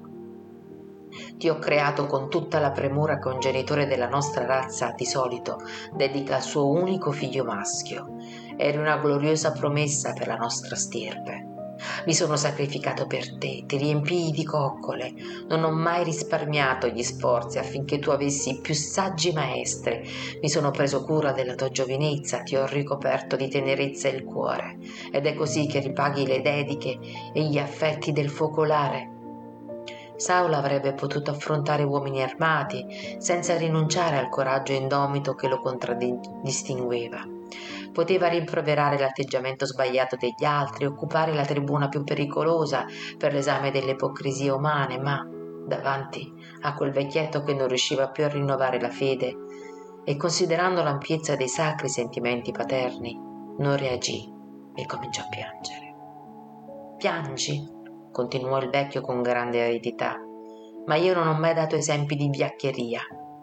Ti ho creato con tutta la premura che un genitore della nostra razza di solito dedica al suo unico figlio maschio. Eri una gloriosa promessa per la nostra stirpe. Mi sono sacrificato per te, ti riempii di coccole, non ho mai risparmiato gli sforzi affinché tu avessi più saggi maestre, mi sono preso cura della tua giovinezza, ti ho ricoperto di tenerezza il cuore, ed è così che ripaghi le dediche e gli affetti del focolare. Saulo avrebbe potuto affrontare uomini armati senza rinunciare al coraggio indomito che lo contraddistingueva. Poteva rimproverare l'atteggiamento sbagliato degli altri, occupare la tribuna più pericolosa per l'esame delle ipocrisie umane, ma davanti a quel vecchietto che non riusciva più a rinnovare la fede e considerando l'ampiezza dei sacri sentimenti paterni, non reagì e cominciò a piangere. «Piangi?» continuò il vecchio con grande aridità, «ma io non ho mai dato esempi di viaccheria.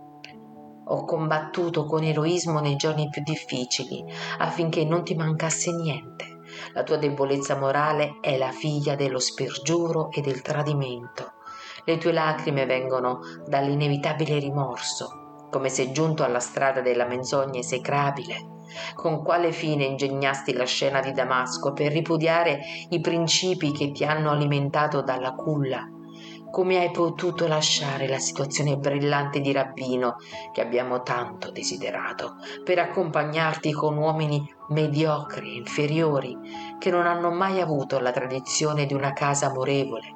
Ho combattuto con eroismo nei giorni più difficili affinché non ti mancasse niente. La tua debolezza morale è la figlia dello spergiuro e del tradimento. Le tue lacrime vengono dall'inevitabile rimorso, come se giunto alla strada della menzogna esecrabile. Con quale fine ingegnasti la scena di Damasco per ripudiare i principi che ti hanno alimentato dalla culla? Come hai potuto lasciare la situazione brillante di rabbino che abbiamo tanto desiderato per accompagnarti con uomini mediocri e inferiori che non hanno mai avuto la tradizione di una casa amorevole?»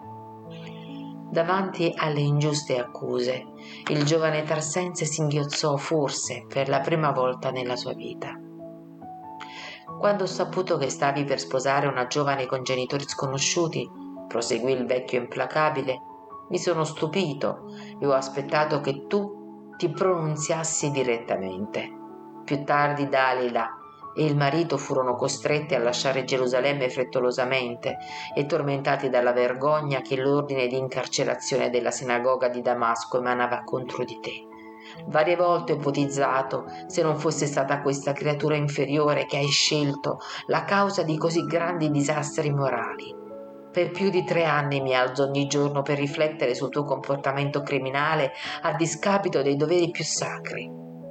Davanti alle ingiuste accuse, il giovane Tarsense singhiozzò forse per la prima volta nella sua vita. «Quando ho saputo che stavi per sposare una giovane con genitori sconosciuti», proseguì il vecchio implacabile, «mi sono stupito e ho aspettato che tu ti pronunziassi direttamente. Più tardi Dalila e il marito furono costretti a lasciare Gerusalemme frettolosamente e tormentati dalla vergogna che l'ordine di incarcerazione della sinagoga di Damasco emanava contro di te. Varie volte ho ipotizzato se non fosse stata questa creatura inferiore che hai scelto la causa di così grandi disastri morali. Per più di 3 anni mi alzo ogni giorno per riflettere sul tuo comportamento criminale a discapito dei doveri più sacri.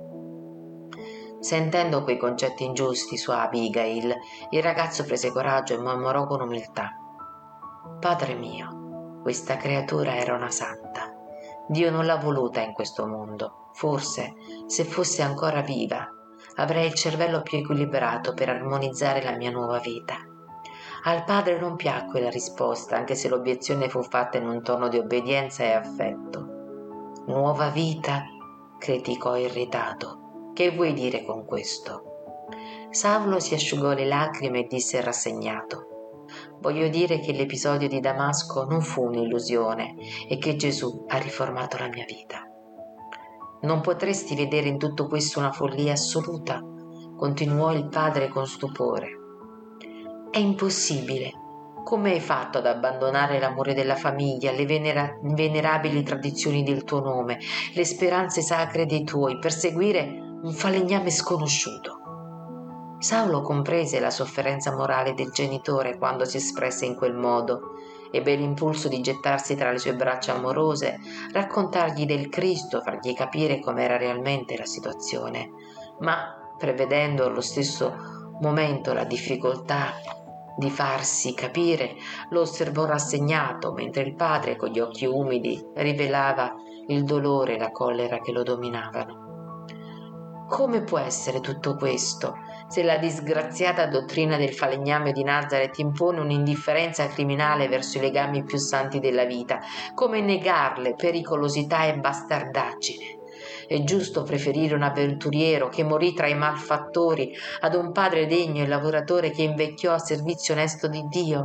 Sentendo quei concetti ingiusti su Abigail, il ragazzo prese coraggio e mormorò con umiltà: Padre mio, questa creatura era una santa. Dio non l'ha voluta in questo mondo. Forse, se fosse ancora viva, avrei il cervello più equilibrato per armonizzare la mia nuova vita. Al padre non piacque la risposta, anche se l'obiezione fu fatta in un tono di obbedienza e affetto. Nuova vita? Criticò irritato. Che vuoi dire con questo? Saulo si asciugò le lacrime e disse rassegnato: voglio dire che l'episodio di Damasco non fu un'illusione e che Gesù ha riformato la mia vita. Non potresti vedere in tutto questo una follia assoluta? Continuò il padre con stupore. È impossibile. Come hai fatto ad abbandonare l'amore della famiglia, le venerabili tradizioni del tuo nome, le speranze sacre dei tuoi, per seguire un falegname sconosciuto? Saulo comprese la sofferenza morale del genitore quando si espresse in quel modo. Ebbe l'impulso di gettarsi tra le sue braccia amorose, raccontargli del Cristo, fargli capire com'era realmente la situazione. Ma, prevedendo allo stesso momento la difficoltà di farsi capire, lo osservò rassegnato, mentre il padre, con gli occhi umidi, rivelava il dolore e la collera che lo dominavano. Come può essere tutto questo, se la disgraziata dottrina del falegname di Nazareth impone un'indifferenza criminale verso i legami più santi della vita? Come negarle pericolosità e bastardaggine? È giusto preferire un avventuriero che morì tra i malfattori ad un padre degno e lavoratore che invecchiò a servizio onesto di Dio?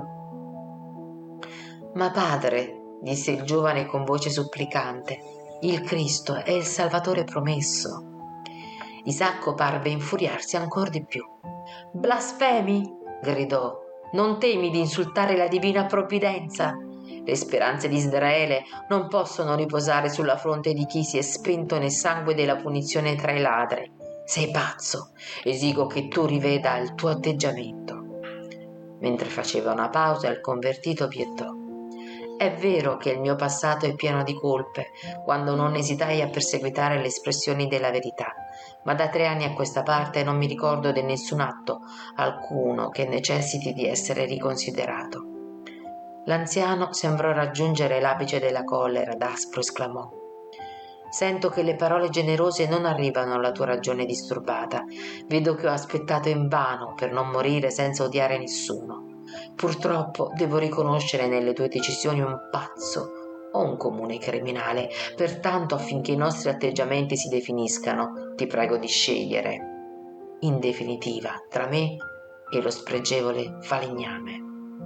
Ma padre, disse il giovane con voce supplicante, il Cristo è il Salvatore promesso. Isacco parve infuriarsi ancor di più. Blasfemi? Gridò. Non temi di insultare la divina provvidenza? Le speranze di Israele non possono riposare sulla fronte di chi si è spento nel sangue della punizione tra i ladri. Sei pazzo. Esigo che tu riveda il tuo atteggiamento. Mentre faceva una pausa, il convertito piettò. È vero che il mio passato è pieno di colpe, quando non esitai a perseguitare le espressioni della verità, ma da 3 anni a questa parte non mi ricordo di nessun atto alcuno che necessiti di essere riconsiderato. L'anziano sembrò raggiungere l'apice della collera ed aspro esclamò: sento che le parole generose non arrivano alla tua ragione disturbata. Vedo che ho aspettato invano per non morire senza odiare nessuno. Purtroppo devo riconoscere nelle tue decisioni un pazzo o un comune criminale. Pertanto, affinché i nostri atteggiamenti si definiscano, ti prego di scegliere, in definitiva, tra me e lo spregevole falegname.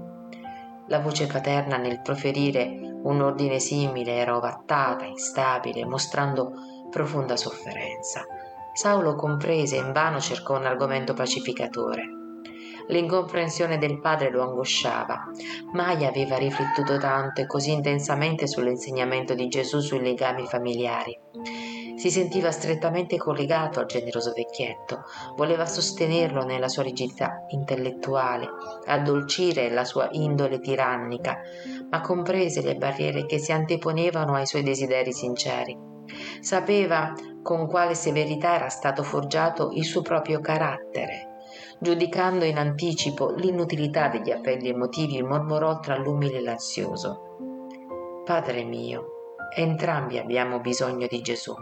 La voce paterna nel proferire un ordine simile era ovattata, instabile, mostrando profonda sofferenza. Saulo comprese e invano cercò un argomento pacificatore. L'incomprensione del padre lo angosciava. Mai aveva riflettuto tanto e così intensamente sull'insegnamento di Gesù sui legami familiari. Si sentiva strettamente collegato al generoso vecchietto, voleva sostenerlo nella sua rigidità intellettuale, addolcire la sua indole tirannica, ma comprese le barriere che si anteponevano ai suoi desideri sinceri. Sapeva con quale severità era stato forgiato il suo proprio carattere. Giudicando in anticipo l'inutilità degli appelli emotivi, mormorò tra l'umile e l'ansioso: Padre mio, entrambi abbiamo bisogno di Gesù.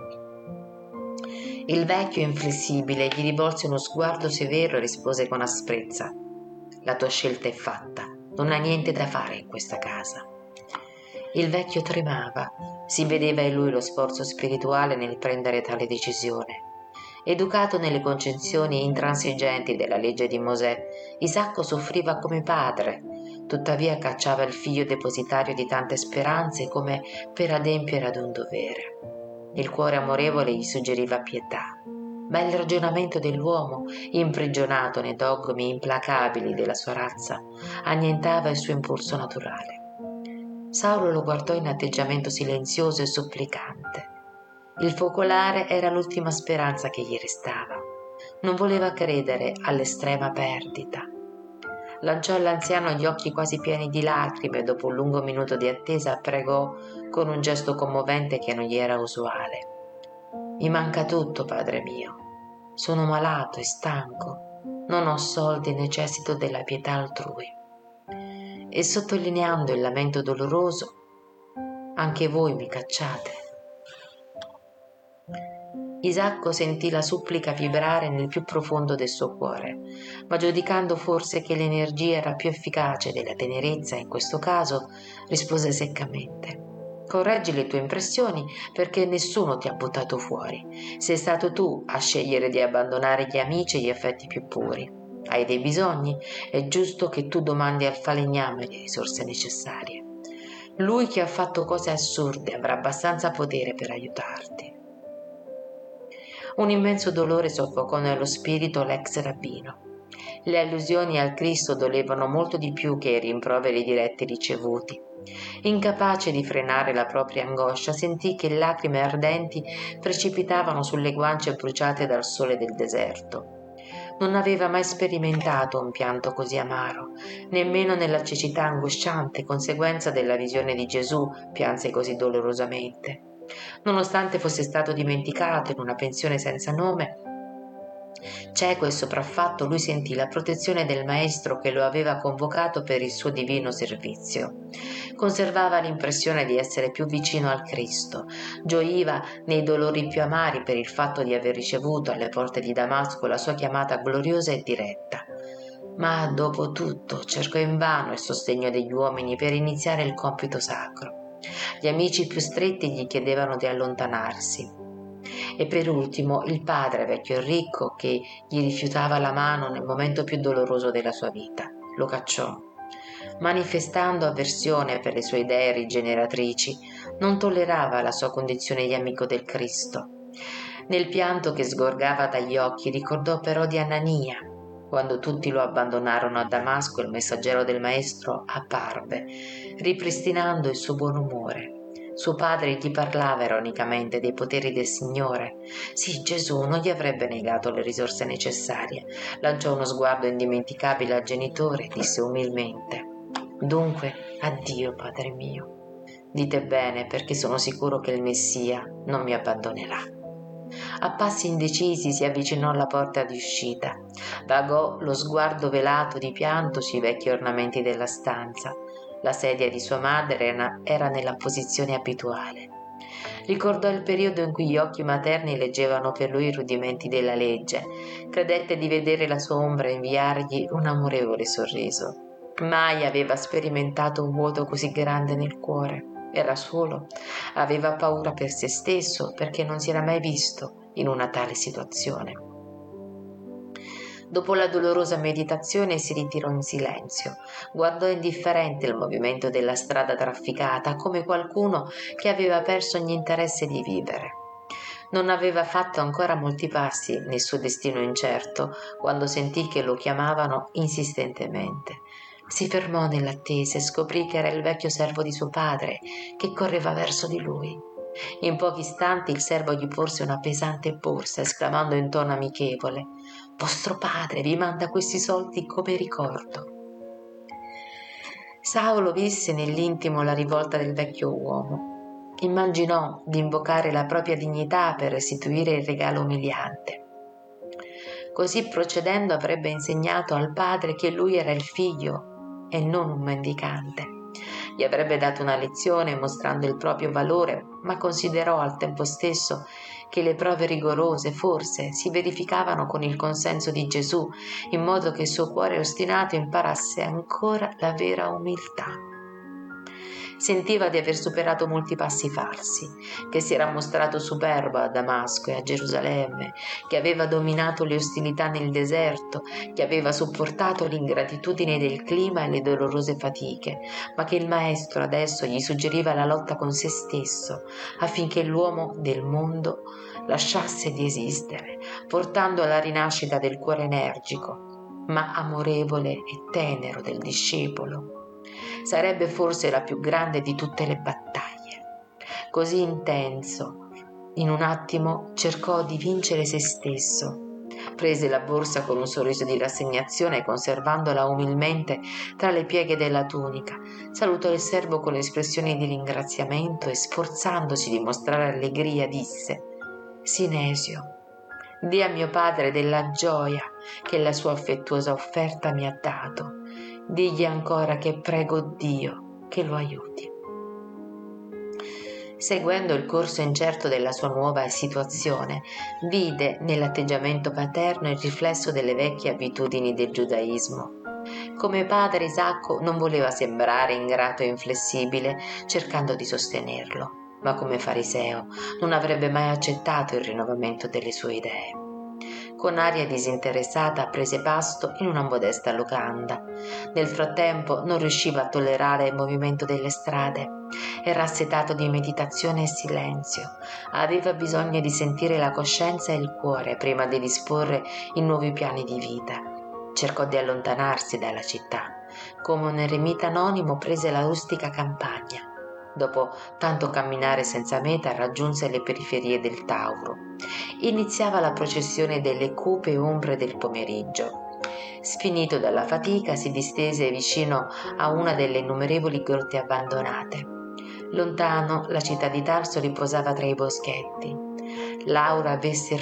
Il vecchio, inflessibile, gli rivolse uno sguardo severo e rispose con asprezza: la tua scelta è fatta, non hai niente da fare in questa casa. Il vecchio tremava, si vedeva in lui lo sforzo spirituale nel prendere tale decisione. Educato nelle concezioni intransigenti della legge di Mosè, Isacco soffriva come padre, tuttavia cacciava il figlio depositario di tante speranze come per adempiere ad un dovere. Il cuore amorevole gli suggeriva pietà. ma il ragionamento dell'uomo, imprigionato nei dogmi implacabili della sua razza, annientava il suo impulso naturale. Saulo lo guardò in atteggiamento silenzioso e supplicante. Il focolare era l'ultima speranza che gli restava. Non voleva credere all'estrema perdita. Lanciò all'anziano gli occhi quasi pieni di lacrime e dopo un lungo minuto di attesa pregò con un gesto commovente che non gli era usuale. Mi manca tutto, padre mio. Sono malato e stanco. Non ho soldi e necessito della pietà altrui. E sottolineando il lamento doloroso, anche voi mi cacciate. Isacco sentì la supplica vibrare nel più profondo del suo cuore, ma giudicando forse che l'energia era più efficace della tenerezza in questo caso, rispose seccamente: correggi le tue impressioni perché nessuno ti ha buttato fuori. Sei stato tu a scegliere di abbandonare gli amici e gli affetti più puri. Hai dei bisogni? È giusto che tu domandi al falegname le risorse necessarie. Lui che ha fatto cose assurde avrà abbastanza potere per aiutarti. Un immenso dolore soffocò nello spirito l'ex rabbino. Le allusioni al Cristo dolevano molto di più che i rimproveri diretti ricevuti. Incapace di frenare la propria angoscia, sentì che lacrime ardenti precipitavano sulle guance bruciate dal sole del deserto. Non aveva mai sperimentato un pianto così amaro, nemmeno nella cecità angosciante conseguenza della visione di Gesù pianse così dolorosamente. Nonostante fosse stato dimenticato in una pensione senza nome, cieco e sopraffatto, lui sentì la protezione del maestro che lo aveva convocato per il suo divino servizio. Conservava l'impressione di essere più vicino al Cristo, gioiva nei dolori più amari per il fatto di aver ricevuto alle porte di Damasco la sua chiamata gloriosa e diretta. Ma dopo tutto cercò invano il sostegno degli uomini per iniziare il compito sacro. Gli amici più stretti gli chiedevano di allontanarsi. E per ultimo il padre, vecchio e ricco, che gli rifiutava la mano nel momento più doloroso della sua vita, lo cacciò. Manifestando avversione per le sue idee rigeneratrici, non tollerava la sua condizione di amico del Cristo. Nel pianto che sgorgava dagli occhi ricordò però di Anania. Quando tutti lo abbandonarono a Damasco, il messaggero del maestro apparve, ripristinando il suo buon umore. Suo padre gli parlava ironicamente dei poteri del Signore. Sì, Gesù non gli avrebbe negato le risorse necessarie. Lanciò uno sguardo indimenticabile al genitore e disse umilmente: dunque, addio, padre mio. Dite bene, perché sono sicuro che il Messia non mi abbandonerà. A passi indecisi si avvicinò alla porta di uscita. Vagò lo sguardo velato di pianto sui vecchi ornamenti della stanza. La sedia di sua madre era nella posizione abituale. Ricordò il periodo in cui gli occhi materni leggevano per lui i rudimenti della legge. Credette di vedere la sua ombra inviargli un amorevole sorriso. Mai aveva sperimentato un vuoto così grande nel cuore. Era solo, aveva paura per se stesso perché non si era mai visto in una tale situazione. Dopo la dolorosa meditazione si ritirò in silenzio, guardò indifferente il movimento della strada trafficata come qualcuno che aveva perso ogni interesse di vivere. Non aveva fatto ancora molti passi nel suo destino incerto quando sentì che lo chiamavano insistentemente. Si fermò nell'attesa e scoprì che era il vecchio servo di suo padre che correva verso di lui. In pochi istanti il servo gli porse una pesante borsa, esclamando in tono amichevole: «Vostro padre vi manda questi soldi come ricordo». Saulo visse nell'intimo la rivolta del vecchio uomo. Immaginò di invocare la propria dignità per restituire il regalo umiliante. Così procedendo avrebbe insegnato al padre che lui era il figlio e non un mendicante. Gli avrebbe dato una lezione mostrando il proprio valore, ma considerò al tempo stesso che le prove rigorose forse si verificavano con il consenso di Gesù, in modo che il suo cuore ostinato imparasse ancora la vera umiltà. Sentiva di aver superato molti passi falsi, che si era mostrato superbo a Damasco e a Gerusalemme, che aveva dominato le ostilità nel deserto, che aveva sopportato l'ingratitudine del clima e le dolorose fatiche, ma che il maestro adesso gli suggeriva la lotta con se stesso, affinché l'uomo del mondo lasciasse di esistere, portando alla rinascita del cuore energico, ma amorevole e tenero del discepolo. Sarebbe forse la più grande di tutte le battaglie. Così intenso, in un attimo cercò di vincere se stesso. Prese la borsa con un sorriso di rassegnazione, conservandola umilmente tra le pieghe della tunica. Salutò il servo con espressioni di ringraziamento e, sforzandosi di mostrare allegria, disse: «Sinesio, di a mio padre della gioia che la sua affettuosa offerta mi ha dato. Digli ancora che prego Dio che lo aiuti». Seguendo il corso incerto della sua nuova situazione, vide nell'atteggiamento paterno il riflesso delle vecchie abitudini del giudaismo. Come padre, Isacco non voleva sembrare ingrato e inflessibile, cercando di sostenerlo, ma come fariseo non avrebbe mai accettato il rinnovamento delle sue idee. Con aria disinteressata prese pasto in una modesta locanda. Nel frattempo non riusciva a tollerare il movimento delle strade. Era assetato di meditazione e silenzio. Aveva bisogno di sentire la coscienza e il cuore prima di disporre i nuovi piani di vita. Cercò di allontanarsi dalla città. Come un eremita anonimo prese la rustica campagna. Dopo tanto camminare senza meta raggiunse le periferie del Tauro. Iniziava la processione delle cupe ombre del pomeriggio. Sfinito dalla fatica si distese vicino a una delle innumerevoli grotte abbandonate. Lontano la città di Tarso riposava tra i boschetti. L'aura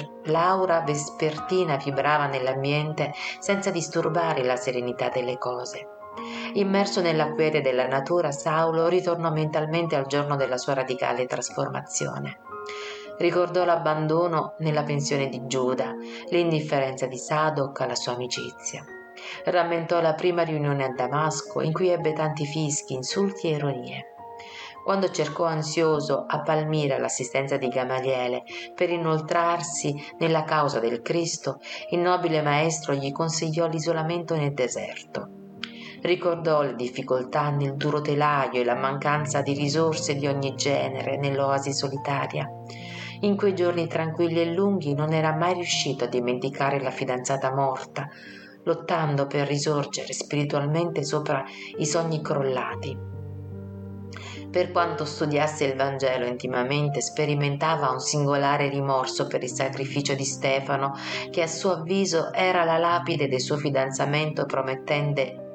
vespertina vibrava nell'ambiente senza disturbare la serenità delle cose. Immerso nella quiete della natura, Saulo ritornò mentalmente al giorno della sua radicale trasformazione. Ricordò l'abbandono nella pensione di Giuda, l'indifferenza di Sadoc alla sua amicizia. Rammentò la prima riunione a Damasco, in cui ebbe tanti fischi, insulti e ironie. Quando cercò ansioso a Palmira l'assistenza di Gamaliele per inoltrarsi nella causa del Cristo, il nobile maestro gli consigliò l'isolamento nel deserto. Ricordò le difficoltà nel duro telaio e la mancanza di risorse di ogni genere nell'oasi solitaria. In quei giorni tranquilli e lunghi non era mai riuscito a dimenticare la fidanzata morta, lottando per risorgere spiritualmente sopra i sogni crollati. Per quanto studiasse il Vangelo intimamente, sperimentava un singolare rimorso per il sacrificio di Stefano, che a suo avviso era la lapide del suo fidanzamento promettente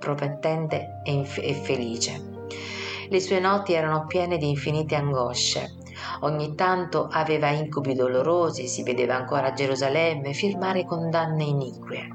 e felice. Le sue notti erano piene di infinite angosce. Ogni tanto aveva incubi dolorosi, si vedeva ancora a Gerusalemme firmare condanne inique.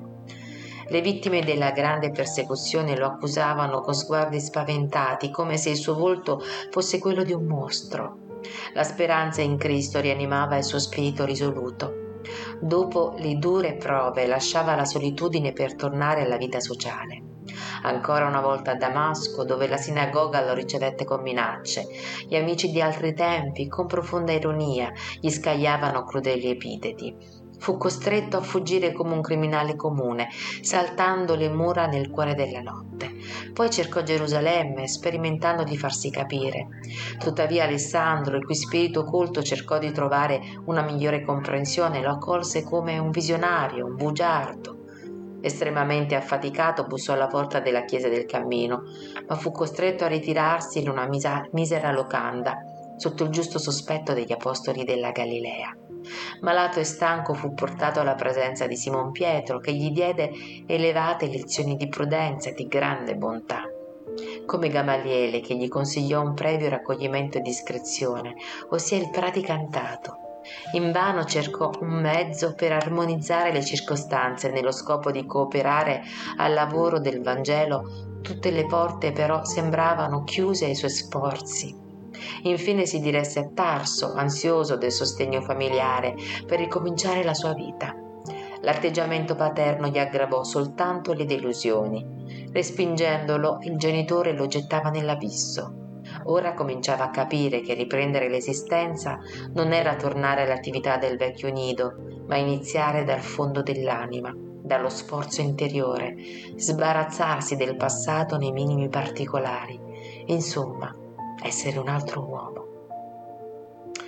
Le vittime della grande persecuzione lo accusavano con sguardi spaventati, come se il suo volto fosse quello di un mostro. La speranza in Cristo rianimava il suo spirito risoluto. Dopo le dure prove lasciava la solitudine per tornare alla vita sociale. Ancora una volta a Damasco, dove la sinagoga lo ricevette con minacce, gli amici di altri tempi, con profonda ironia, gli scagliavano crudeli epiteti. Fu costretto a fuggire come un criminale comune, saltando le mura nel cuore della notte. Poi cercò Gerusalemme, sperimentando di farsi capire. Tuttavia Alessandro, il cui spirito colto cercò di trovare una migliore comprensione, lo accolse come un visionario, un bugiardo. Estremamente affaticato bussò alla porta della chiesa del Cammino, ma fu costretto a ritirarsi in una misera locanda, sotto il giusto sospetto degli apostoli della Galilea. Malato e stanco fu portato alla presenza di Simon Pietro, che gli diede elevate lezioni di prudenza e di grande bontà. Come Gamaliele, che gli consigliò un previo raccoglimento e discrezione, ossia il praticantato. Invano cercò un mezzo per armonizzare le circostanze nello scopo di cooperare al lavoro del Vangelo. Tutte le porte però sembravano chiuse ai suoi sforzi. Infine si diresse a Tarso, ansioso del sostegno familiare, per ricominciare la sua vita. L'atteggiamento paterno gli aggravò soltanto le delusioni. Respingendolo, il genitore lo gettava nell'abisso. Ora cominciava a capire che riprendere l'esistenza non era tornare all'attività del vecchio nido, ma iniziare dal fondo dell'anima, dallo sforzo interiore, sbarazzarsi del passato nei minimi particolari. Insomma, essere un altro uomo.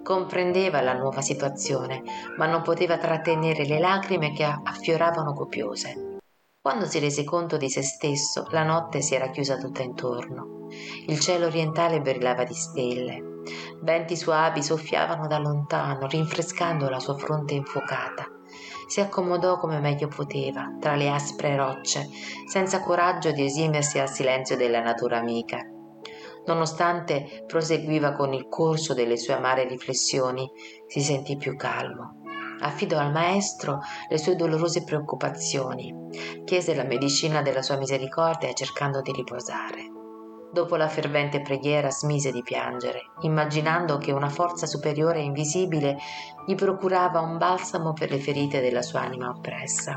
Comprendeva la nuova situazione, ma non poteva trattenere le lacrime che affioravano copiose. Quando si rese conto di se stesso, la notte si era chiusa tutta intorno. Il cielo orientale brillava di stelle. Venti suavi soffiavano da lontano, rinfrescando la sua fronte infuocata. Si accomodò come meglio poteva, tra le aspre rocce, senza coraggio di esimersi al silenzio della natura amica. Nonostante proseguiva con il corso delle sue amare riflessioni, si sentì più calmo. Affidò al maestro le sue dolorose preoccupazioni, chiese la medicina della sua misericordia cercando di riposare. Dopo la fervente preghiera smise di piangere, immaginando che una forza superiore e invisibile gli procurava un balsamo per le ferite della sua anima oppressa.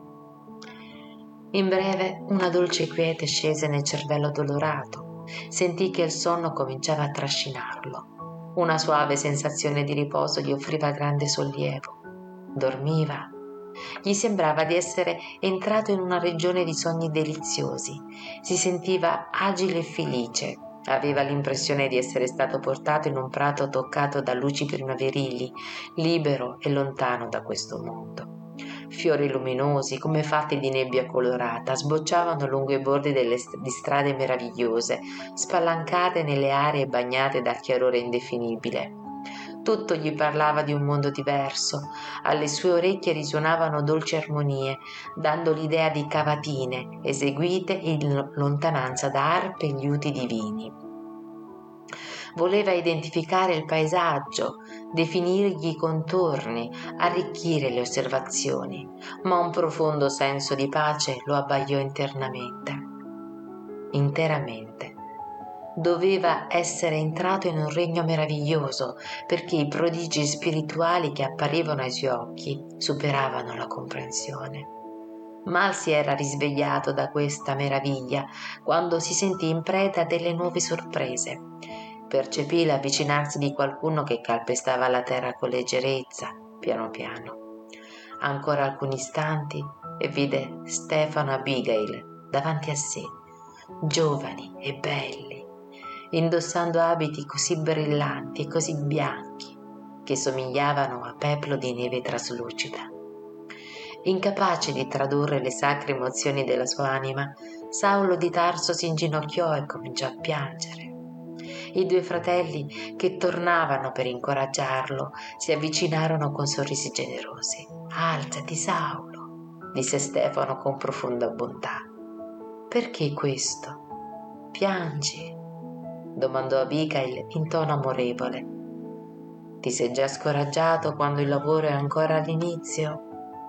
In breve, una dolce quiete scese nel cervello dolorato. Sentì che il sonno cominciava a trascinarlo. Una suave sensazione di riposo gli offriva grande sollievo. Dormiva. Gli sembrava di essere entrato in una regione di sogni deliziosi. Si sentiva agile e felice. Aveva l'impressione di essere stato portato in un prato toccato da luci primaverili, libero e lontano da questo mondo. Fiori luminosi, come fatti di nebbia colorata, sbocciavano lungo i bordi di strade meravigliose, spalancate nelle aree bagnate dal chiarore indefinibile. Tutto gli parlava di un mondo diverso, alle sue orecchie risuonavano dolci armonie, dando l'idea di cavatine eseguite in lontananza da arpe e liuti divini. Voleva identificare il paesaggio, definirgli i contorni, arricchire le osservazioni, ma un profondo senso di pace lo abbagliò interamente. Doveva essere entrato in un regno meraviglioso, perché i prodigi spirituali che apparivano ai suoi occhi superavano la comprensione. Mal si era risvegliato da questa meraviglia quando si sentì in preda a delle nuove sorprese. Percepì l'avvicinarsi di qualcuno che calpestava la terra con leggerezza, piano piano. Ancora alcuni istanti e vide Stefano e Abigail davanti a sé, giovani e belli, indossando abiti così brillanti e così bianchi che somigliavano a peplo di neve traslucida. Incapace di tradurre le sacre emozioni della sua anima, Saulo di Tarso si inginocchiò e cominciò a piangere. I due fratelli, che tornavano per incoraggiarlo, si avvicinarono con sorrisi generosi. «Alzati, Saulo», disse Stefano con profonda bontà. «Perché questo? Piangi?» domandò Abigail in tono amorevole. «Ti sei già scoraggiato quando il lavoro è ancora all'inizio?»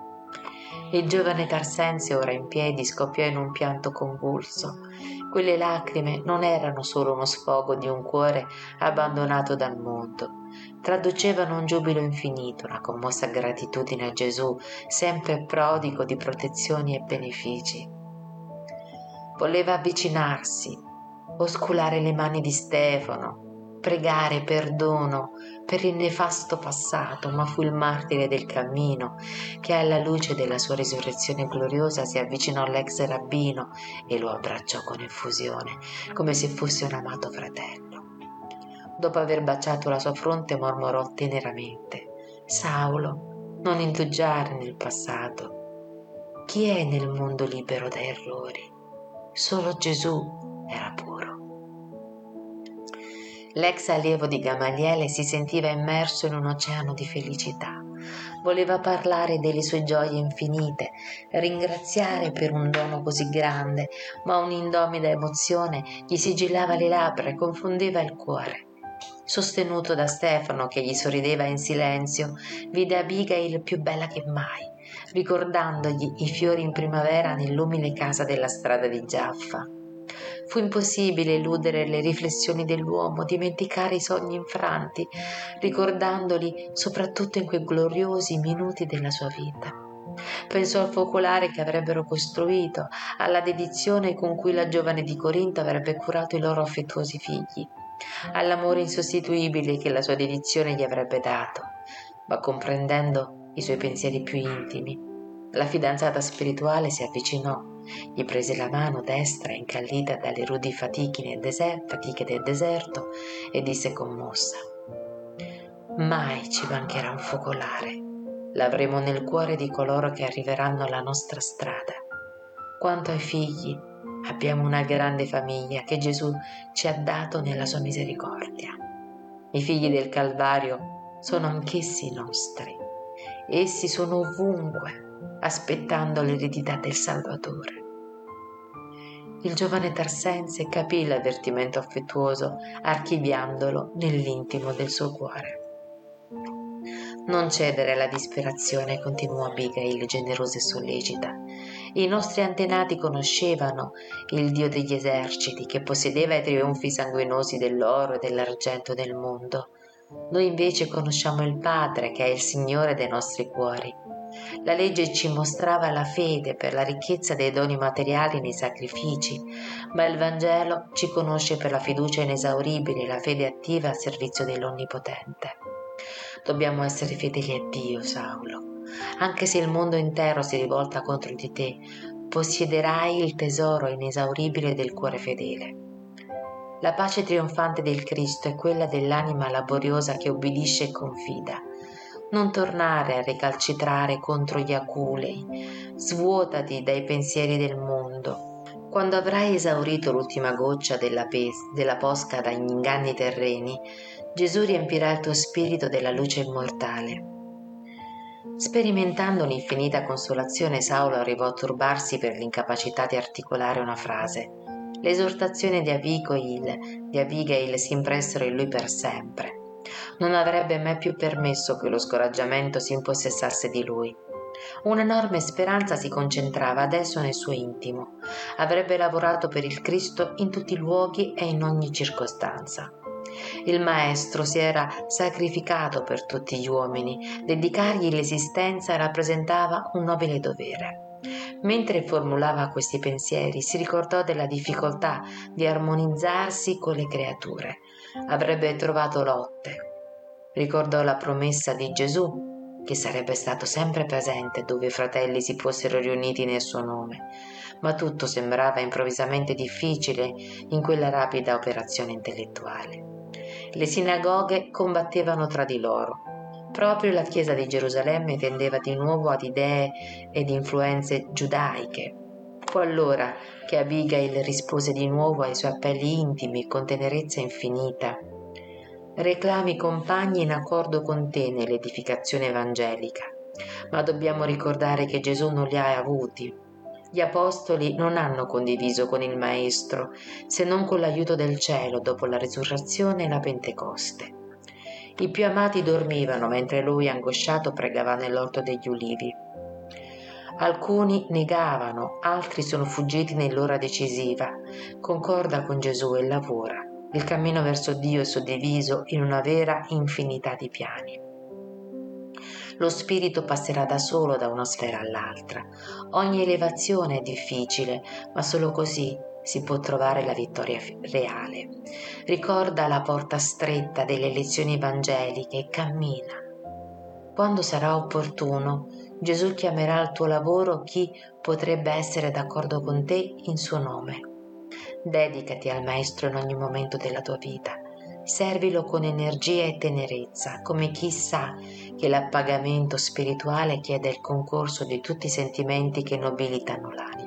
Il giovane Tarsenzio, ora in piedi, scoppiò in un pianto convulso. Quelle lacrime non erano solo uno sfogo di un cuore abbandonato dal mondo, traducevano un giubilo infinito, una commossa gratitudine a Gesù, sempre prodigo di protezioni e benefici. Voleva avvicinarsi, osculare le mani di Stefano, pregare perdono per il nefasto passato, ma fu il martire del cammino che alla luce della sua risurrezione gloriosa si avvicinò all'ex rabbino e lo abbracciò con effusione, come se fosse un amato fratello. Dopo aver baciato la sua fronte mormorò teneramente: «Saulo, non indugiare nel passato. Chi è nel mondo libero da errori? Solo Gesù era puro». L'ex allievo di Gamaliele si sentiva immerso in un oceano di felicità. Voleva parlare delle sue gioie infinite, ringraziare per un dono così grande, ma un'indomita emozione gli sigillava le labbra e confondeva il cuore. Sostenuto da Stefano, che gli sorrideva in silenzio, vide Abigail più bella che mai, ricordandogli i fiori in primavera nell'umile casa della strada di Giaffa. Fu impossibile eludere le riflessioni dell'uomo, dimenticare i sogni infranti, ricordandoli soprattutto in quei gloriosi minuti della sua vita. Pensò al focolare che avrebbero costruito, alla dedizione con cui la giovane di Corinto avrebbe curato i loro affettuosi figli, all'amore insostituibile che la sua dedizione gli avrebbe dato, ma comprendendo i suoi pensieri più intimi, la fidanzata spirituale si avvicinò, gli prese la mano destra incallita dalle rudi fatiche del deserto e disse commossa: Mai ci mancherà un focolare. L'avremo nel cuore di coloro che arriveranno alla nostra strada. Quanto ai figli, abbiamo una grande famiglia che Gesù ci ha dato nella sua misericordia. I figli del Calvario sono anch'essi nostri. Essi sono ovunque, aspettando l'eredità del Salvatore. Il giovane Tarsense capì l'avvertimento affettuoso, archiviandolo nell'intimo del suo cuore. Non cedere alla disperazione, continuò Abigail, generosa e sollecita. I nostri antenati conoscevano il Dio degli eserciti, che possedeva i trionfi sanguinosi dell'oro e dell'argento del mondo. Noi invece conosciamo il Padre, che è il Signore dei nostri cuori. La legge ci mostrava la fede per la ricchezza dei doni materiali nei sacrifici, ma il Vangelo ci conosce per la fiducia inesauribile e la fede attiva al servizio dell'Onnipotente. Dobbiamo essere fedeli a Dio, Saulo. Anche se il mondo intero si rivolta contro di te, possiederai il tesoro inesauribile del cuore fedele. La pace trionfante del Cristo è quella dell'anima laboriosa che obbedisce e confida. Non tornare a recalcitrare contro gli aculei, svuotati dai pensieri del mondo. Quando avrai esaurito l'ultima goccia della posca dagli inganni terreni, Gesù riempirà il tuo spirito della luce immortale. Sperimentando un'infinita consolazione, Saulo arrivò a turbarsi per l'incapacità di articolare una frase. Le esortazioni di Abigail si impressero in lui per sempre. Non avrebbe mai più permesso che lo scoraggiamento si impossessasse di lui. Un'enorme speranza si concentrava adesso nel suo intimo. Avrebbe lavorato per il Cristo in tutti i luoghi e in ogni circostanza. Il Maestro si era sacrificato per tutti gli uomini. Dedicargli l'esistenza rappresentava un nobile dovere. Mentre formulava questi pensieri, si ricordò della difficoltà di armonizzarsi con le creature. Avrebbe trovato lotte. Ricordò la promessa di Gesù, che sarebbe stato sempre presente dove i fratelli si fossero riuniti nel suo nome, ma tutto sembrava improvvisamente difficile in quella rapida operazione intellettuale. Le sinagoghe combattevano tra di loro. Proprio la chiesa di Gerusalemme tendeva di nuovo ad idee ed influenze giudaiche. Fu allora che Abigail rispose di nuovo ai suoi appelli intimi con tenerezza infinita. Reclami compagni in accordo con te nell'edificazione evangelica, ma dobbiamo ricordare che Gesù non li ha avuti. Gli apostoli non hanno condiviso con il Maestro, se non con l'aiuto del cielo dopo la risurrezione e la Pentecoste. I più amati dormivano mentre lui, angosciato, pregava nell'orto degli ulivi. Alcuni negavano, altri sono fuggiti nell'ora decisiva. Concorda con Gesù e lavora. Il cammino verso Dio è suddiviso in una vera infinità di piani. Lo spirito passerà da solo da una sfera all'altra. Ogni elevazione è difficile, ma solo così si può trovare la vittoria reale. Ricorda la porta stretta delle lezioni evangeliche e cammina. Quando sarà opportuno, Gesù chiamerà al tuo lavoro chi potrebbe essere d'accordo con te in suo nome. Dedicati al Maestro in ogni momento della tua vita. Servilo con energia e tenerezza, come chi sa che l'appagamento spirituale chiede il concorso di tutti i sentimenti che nobilitano l'anima.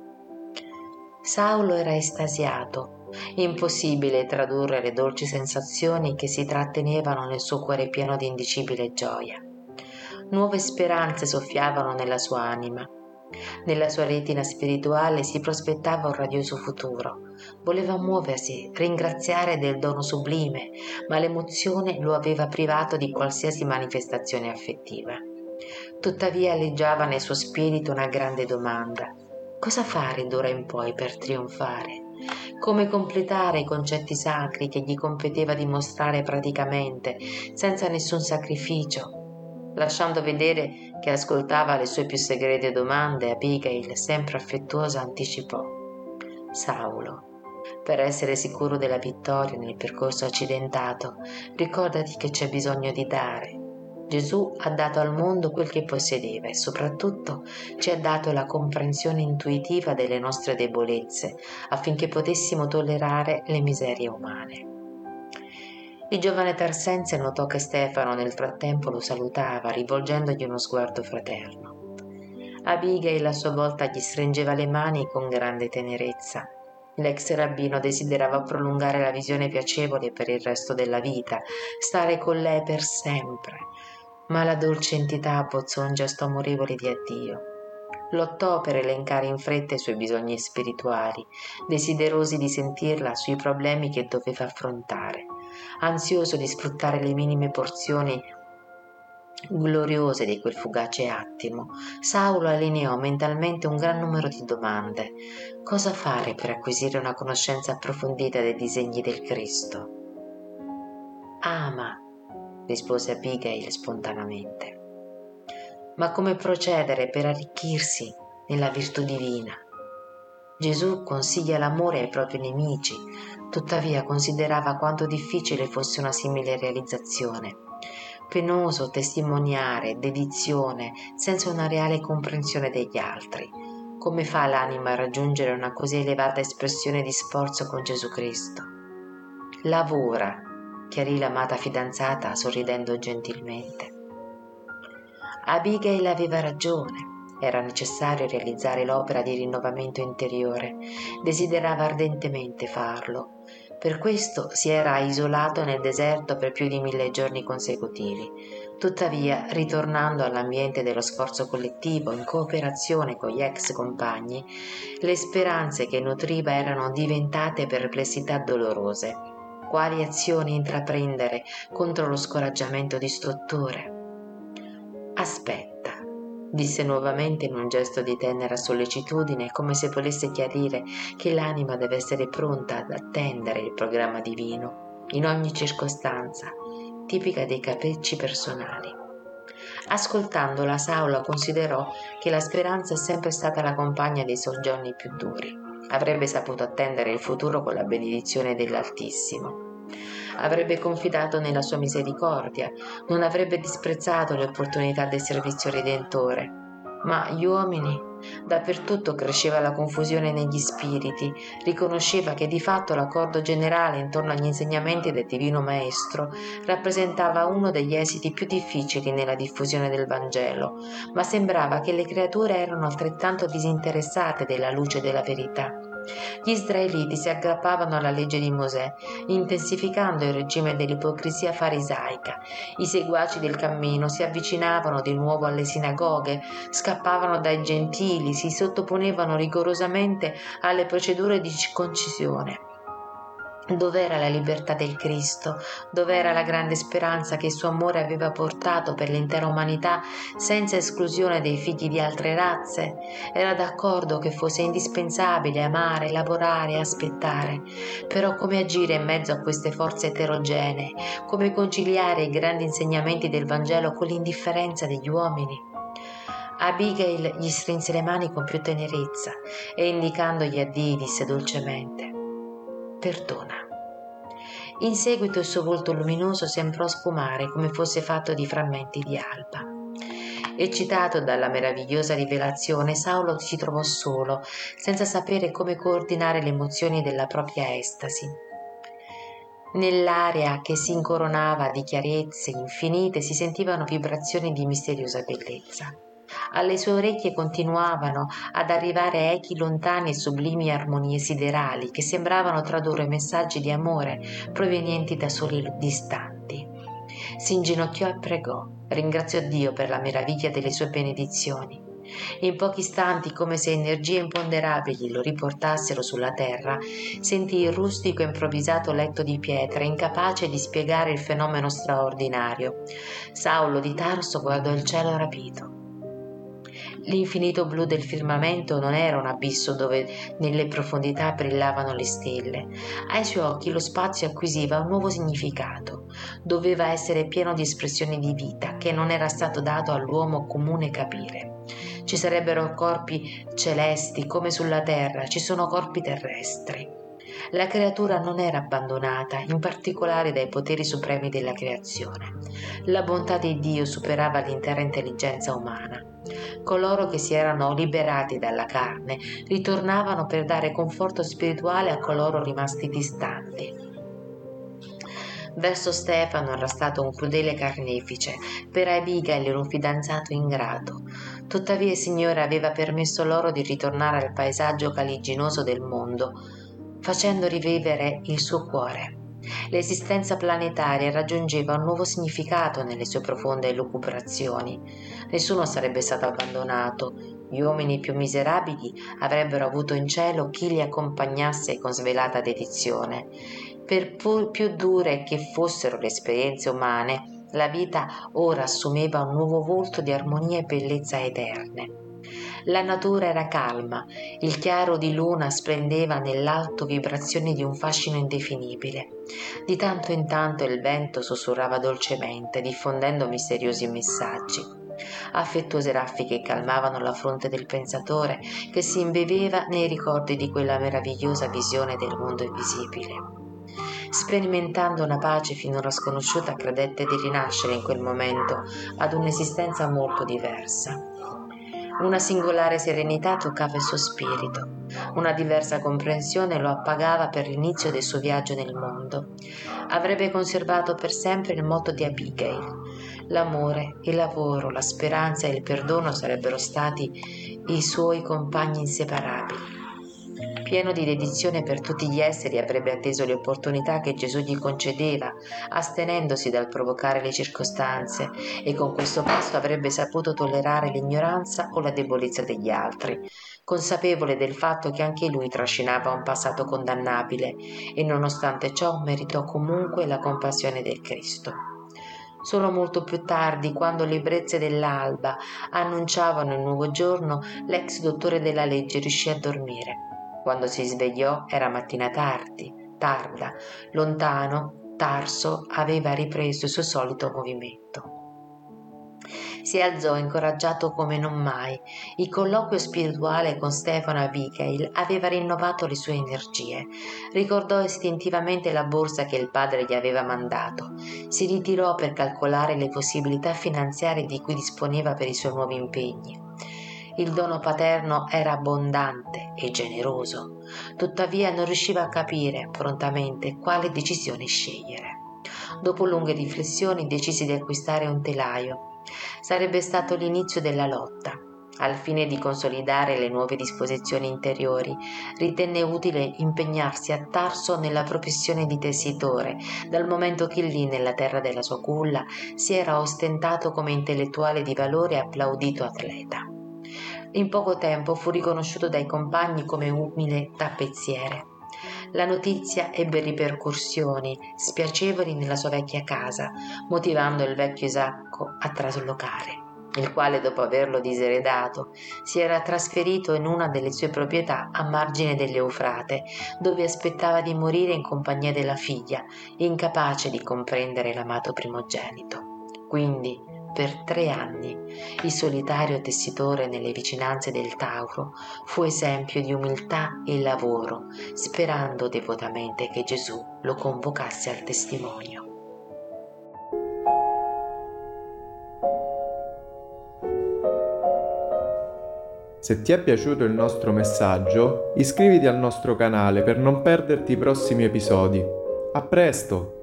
Saulo era estasiato. Impossibile tradurre le dolci sensazioni che si trattenevano nel suo cuore pieno di indicibile gioia. Nuove speranze soffiavano nella sua anima. Nella sua retina spirituale si prospettava un radioso futuro. Voleva muoversi, ringraziare del dono sublime, ma l'emozione lo aveva privato di qualsiasi manifestazione affettiva. Tuttavia aleggiava nel suo spirito una grande domanda. Cosa fare d'ora in poi per trionfare? Come completare i concetti sacri che gli competeva dimostrare praticamente, senza nessun sacrificio? Lasciando vedere che ascoltava le sue più segrete domande, Abigail, sempre affettuosa, anticipò: Saulo, per essere sicuro della vittoria nel percorso accidentato, ricordati che c'è bisogno di dare. Gesù ha dato al mondo quel che possedeva e soprattutto ci ha dato la comprensione intuitiva delle nostre debolezze affinché potessimo tollerare le miserie umane. Il giovane Tarsense notò che Stefano nel frattempo lo salutava, rivolgendogli uno sguardo fraterno. Abigail a sua volta gli stringeva le mani con grande tenerezza. L'ex rabbino desiderava prolungare la visione piacevole per il resto della vita, stare con lei per sempre, ma la dolce entità abbozzò un gesto amorevole di addio. Lottò per elencare in fretta i suoi bisogni spirituali, desiderosi di sentirla sui problemi che doveva affrontare, ansioso di sfruttare le minime porzioni gloriose di quel fugace attimo. Saulo allineò mentalmente un gran numero di domande. Cosa fare per acquisire una conoscenza approfondita dei disegni del Cristo? Ama, rispose Abigail spontaneamente. Ma come procedere per arricchirsi nella virtù divina? Gesù consiglia l'amore ai propri nemici, tuttavia considerava quanto difficile fosse una simile realizzazione. Penoso testimoniare dedizione senza una reale comprensione degli altri. Come fa l'anima a raggiungere una così elevata espressione di sforzo con Gesù Cristo? Lavora, chiarì l'amata fidanzata sorridendo gentilmente. Abigail aveva ragione. Era necessario realizzare l'opera di rinnovamento interiore. Desiderava ardentemente farlo. Per questo si era isolato nel deserto per più di 1000 giorni consecutivi. Tuttavia, ritornando all'ambiente dello sforzo collettivo in cooperazione con gli ex compagni, le speranze che nutriva erano diventate perplessità dolorose. Quali azioni intraprendere contro lo scoraggiamento distruttore? Aspetta, disse nuovamente in un gesto di tenera sollecitudine, come se volesse chiarire che l'anima deve essere pronta ad attendere il programma divino, in ogni circostanza, tipica dei capricci personali. Ascoltandola, Saulo considerò che la speranza è sempre stata la compagna dei soggiorni più duri. Avrebbe saputo attendere il futuro con la benedizione dell'Altissimo. Avrebbe confidato nella sua misericordia, non avrebbe disprezzato le opportunità del servizio redentore. Ma gli uomini, dappertutto cresceva la confusione negli spiriti, riconosceva che di fatto l'accordo generale intorno agli insegnamenti del Divino Maestro rappresentava uno degli esiti più difficili nella diffusione del Vangelo, ma sembrava che le creature erano altrettanto disinteressate della luce della verità. Gli israeliti si aggrappavano alla legge di Mosè, intensificando il regime dell'ipocrisia farisaica. I seguaci del cammino si avvicinavano di nuovo alle sinagoghe, scappavano dai gentili, si sottoponevano rigorosamente alle procedure di circoncisione. Dov'era la libertà del Cristo? Dov'era la grande speranza che il suo amore aveva portato per l'intera umanità, senza esclusione dei figli di altre razze? Era d'accordo che fosse indispensabile amare, lavorare e aspettare. Però come agire in mezzo a queste forze eterogenee? Come conciliare i grandi insegnamenti del Vangelo con l'indifferenza degli uomini? Abigail gli strinse le mani con più tenerezza e, indicandogli addii, disse dolcemente: «Perdona». In seguito il suo volto luminoso sembrò sfumare come fosse fatto di frammenti di alba. Eccitato dalla meravigliosa rivelazione, Saulo si trovò solo, senza sapere come coordinare le emozioni della propria estasi. Nell'aria che si incoronava di chiarezze infinite si sentivano vibrazioni di misteriosa bellezza. Alle sue orecchie continuavano ad arrivare echi lontani e sublimi armonie siderali che sembravano tradurre messaggi di amore provenienti da soli distanti. Si inginocchiò e pregò, ringraziò Dio per la meraviglia delle sue benedizioni. In pochi istanti, come se energie imponderabili lo riportassero sulla terra, sentì il rustico e improvvisato letto di pietra, incapace di spiegare il fenomeno straordinario. Saulo di Tarso guardò il cielo rapito. L'infinito blu del firmamento non era un abisso dove nelle profondità brillavano le stelle. Ai suoi occhi lo spazio acquisiva un nuovo significato. Doveva essere pieno di espressioni di vita che non era stato dato all'uomo comune capire. Ci sarebbero corpi celesti come sulla terra ci sono corpi terrestri. La creatura non era abbandonata, in particolare dai poteri supremi della creazione. La bontà di Dio superava l'intera intelligenza umana. Coloro che si erano liberati dalla carne ritornavano per dare conforto spirituale a coloro rimasti distanti. Verso Stefano era stato un crudele carnefice, per Abigail era un fidanzato ingrato. Tuttavia il Signore aveva permesso loro di ritornare al paesaggio caliginoso del mondo, facendo rivivere il suo cuore. L'esistenza planetaria raggiungeva un nuovo significato nelle sue profonde elucubrazioni. Nessuno sarebbe stato abbandonato. Gli uomini più miserabili avrebbero avuto in cielo chi li accompagnasse con svelata dedizione. Per più dure che fossero le esperienze umane, la vita ora assumeva un nuovo volto di armonia e bellezza eterne. La natura era calma, il chiaro di luna splendeva nell'alto vibrazione di un fascino indefinibile. Di tanto in tanto il vento sussurrava dolcemente, diffondendo misteriosi messaggi. Affettuose raffiche calmavano la fronte del pensatore che si imbeveva nei ricordi di quella meravigliosa visione del mondo invisibile. Sperimentando una pace finora sconosciuta, credette di rinascere in quel momento ad un'esistenza molto diversa. Una singolare serenità toccava il suo spirito, una diversa comprensione lo appagava per l'inizio del suo viaggio nel mondo. Avrebbe conservato per sempre il motto di Abigail. L'amore, il lavoro, la speranza e il perdono sarebbero stati i suoi compagni inseparabili. Pieno di dedizione per tutti gli esseri, avrebbe atteso le opportunità che Gesù gli concedeva, astenendosi dal provocare le circostanze, e con questo passo avrebbe saputo tollerare l'ignoranza o la debolezza degli altri, consapevole del fatto che anche lui trascinava un passato condannabile e nonostante ciò meritò comunque la compassione del Cristo. Solo molto più tardi, quando le brezze dell'alba annunciavano il nuovo giorno, l'ex dottore della legge riuscì a dormire. Quando si svegliò era mattina tarda, lontano, Tarso aveva ripreso il suo solito movimento. Si alzò incoraggiato come non mai. Il colloquio spirituale con Stefano e Abigail aveva rinnovato le sue energie. Ricordò istintivamente la borsa che il padre gli aveva mandato. Si ritirò per calcolare le possibilità finanziarie di cui disponeva per i suoi nuovi impegni. Il dono paterno era abbondante e generoso, tuttavia non riusciva a capire prontamente quale decisione scegliere. Dopo lunghe riflessioni decise di acquistare un telaio. Sarebbe stato l'inizio della lotta. Al fine di consolidare le nuove disposizioni interiori, ritenne utile impegnarsi a Tarso nella professione di tessitore, dal momento che lì, nella terra della sua culla, si era ostentato come intellettuale di valore e applaudito atleta. In poco tempo fu riconosciuto dai compagni come umile tappezziere. La notizia ebbe ripercussioni spiacevoli nella sua vecchia casa, motivando il vecchio Isacco a traslocare, il quale, dopo averlo diseredato, si era trasferito in una delle sue proprietà a margine dell'Eufrate, dove aspettava di morire in compagnia della figlia, incapace di comprendere l'amato primogenito. Quindi, per 3 anni, il solitario tessitore nelle vicinanze del Tauro fu esempio di umiltà e lavoro, sperando devotamente che Gesù lo convocasse al testimonio. Se ti è piaciuto il nostro messaggio, iscriviti al nostro canale per non perderti i prossimi episodi. A presto!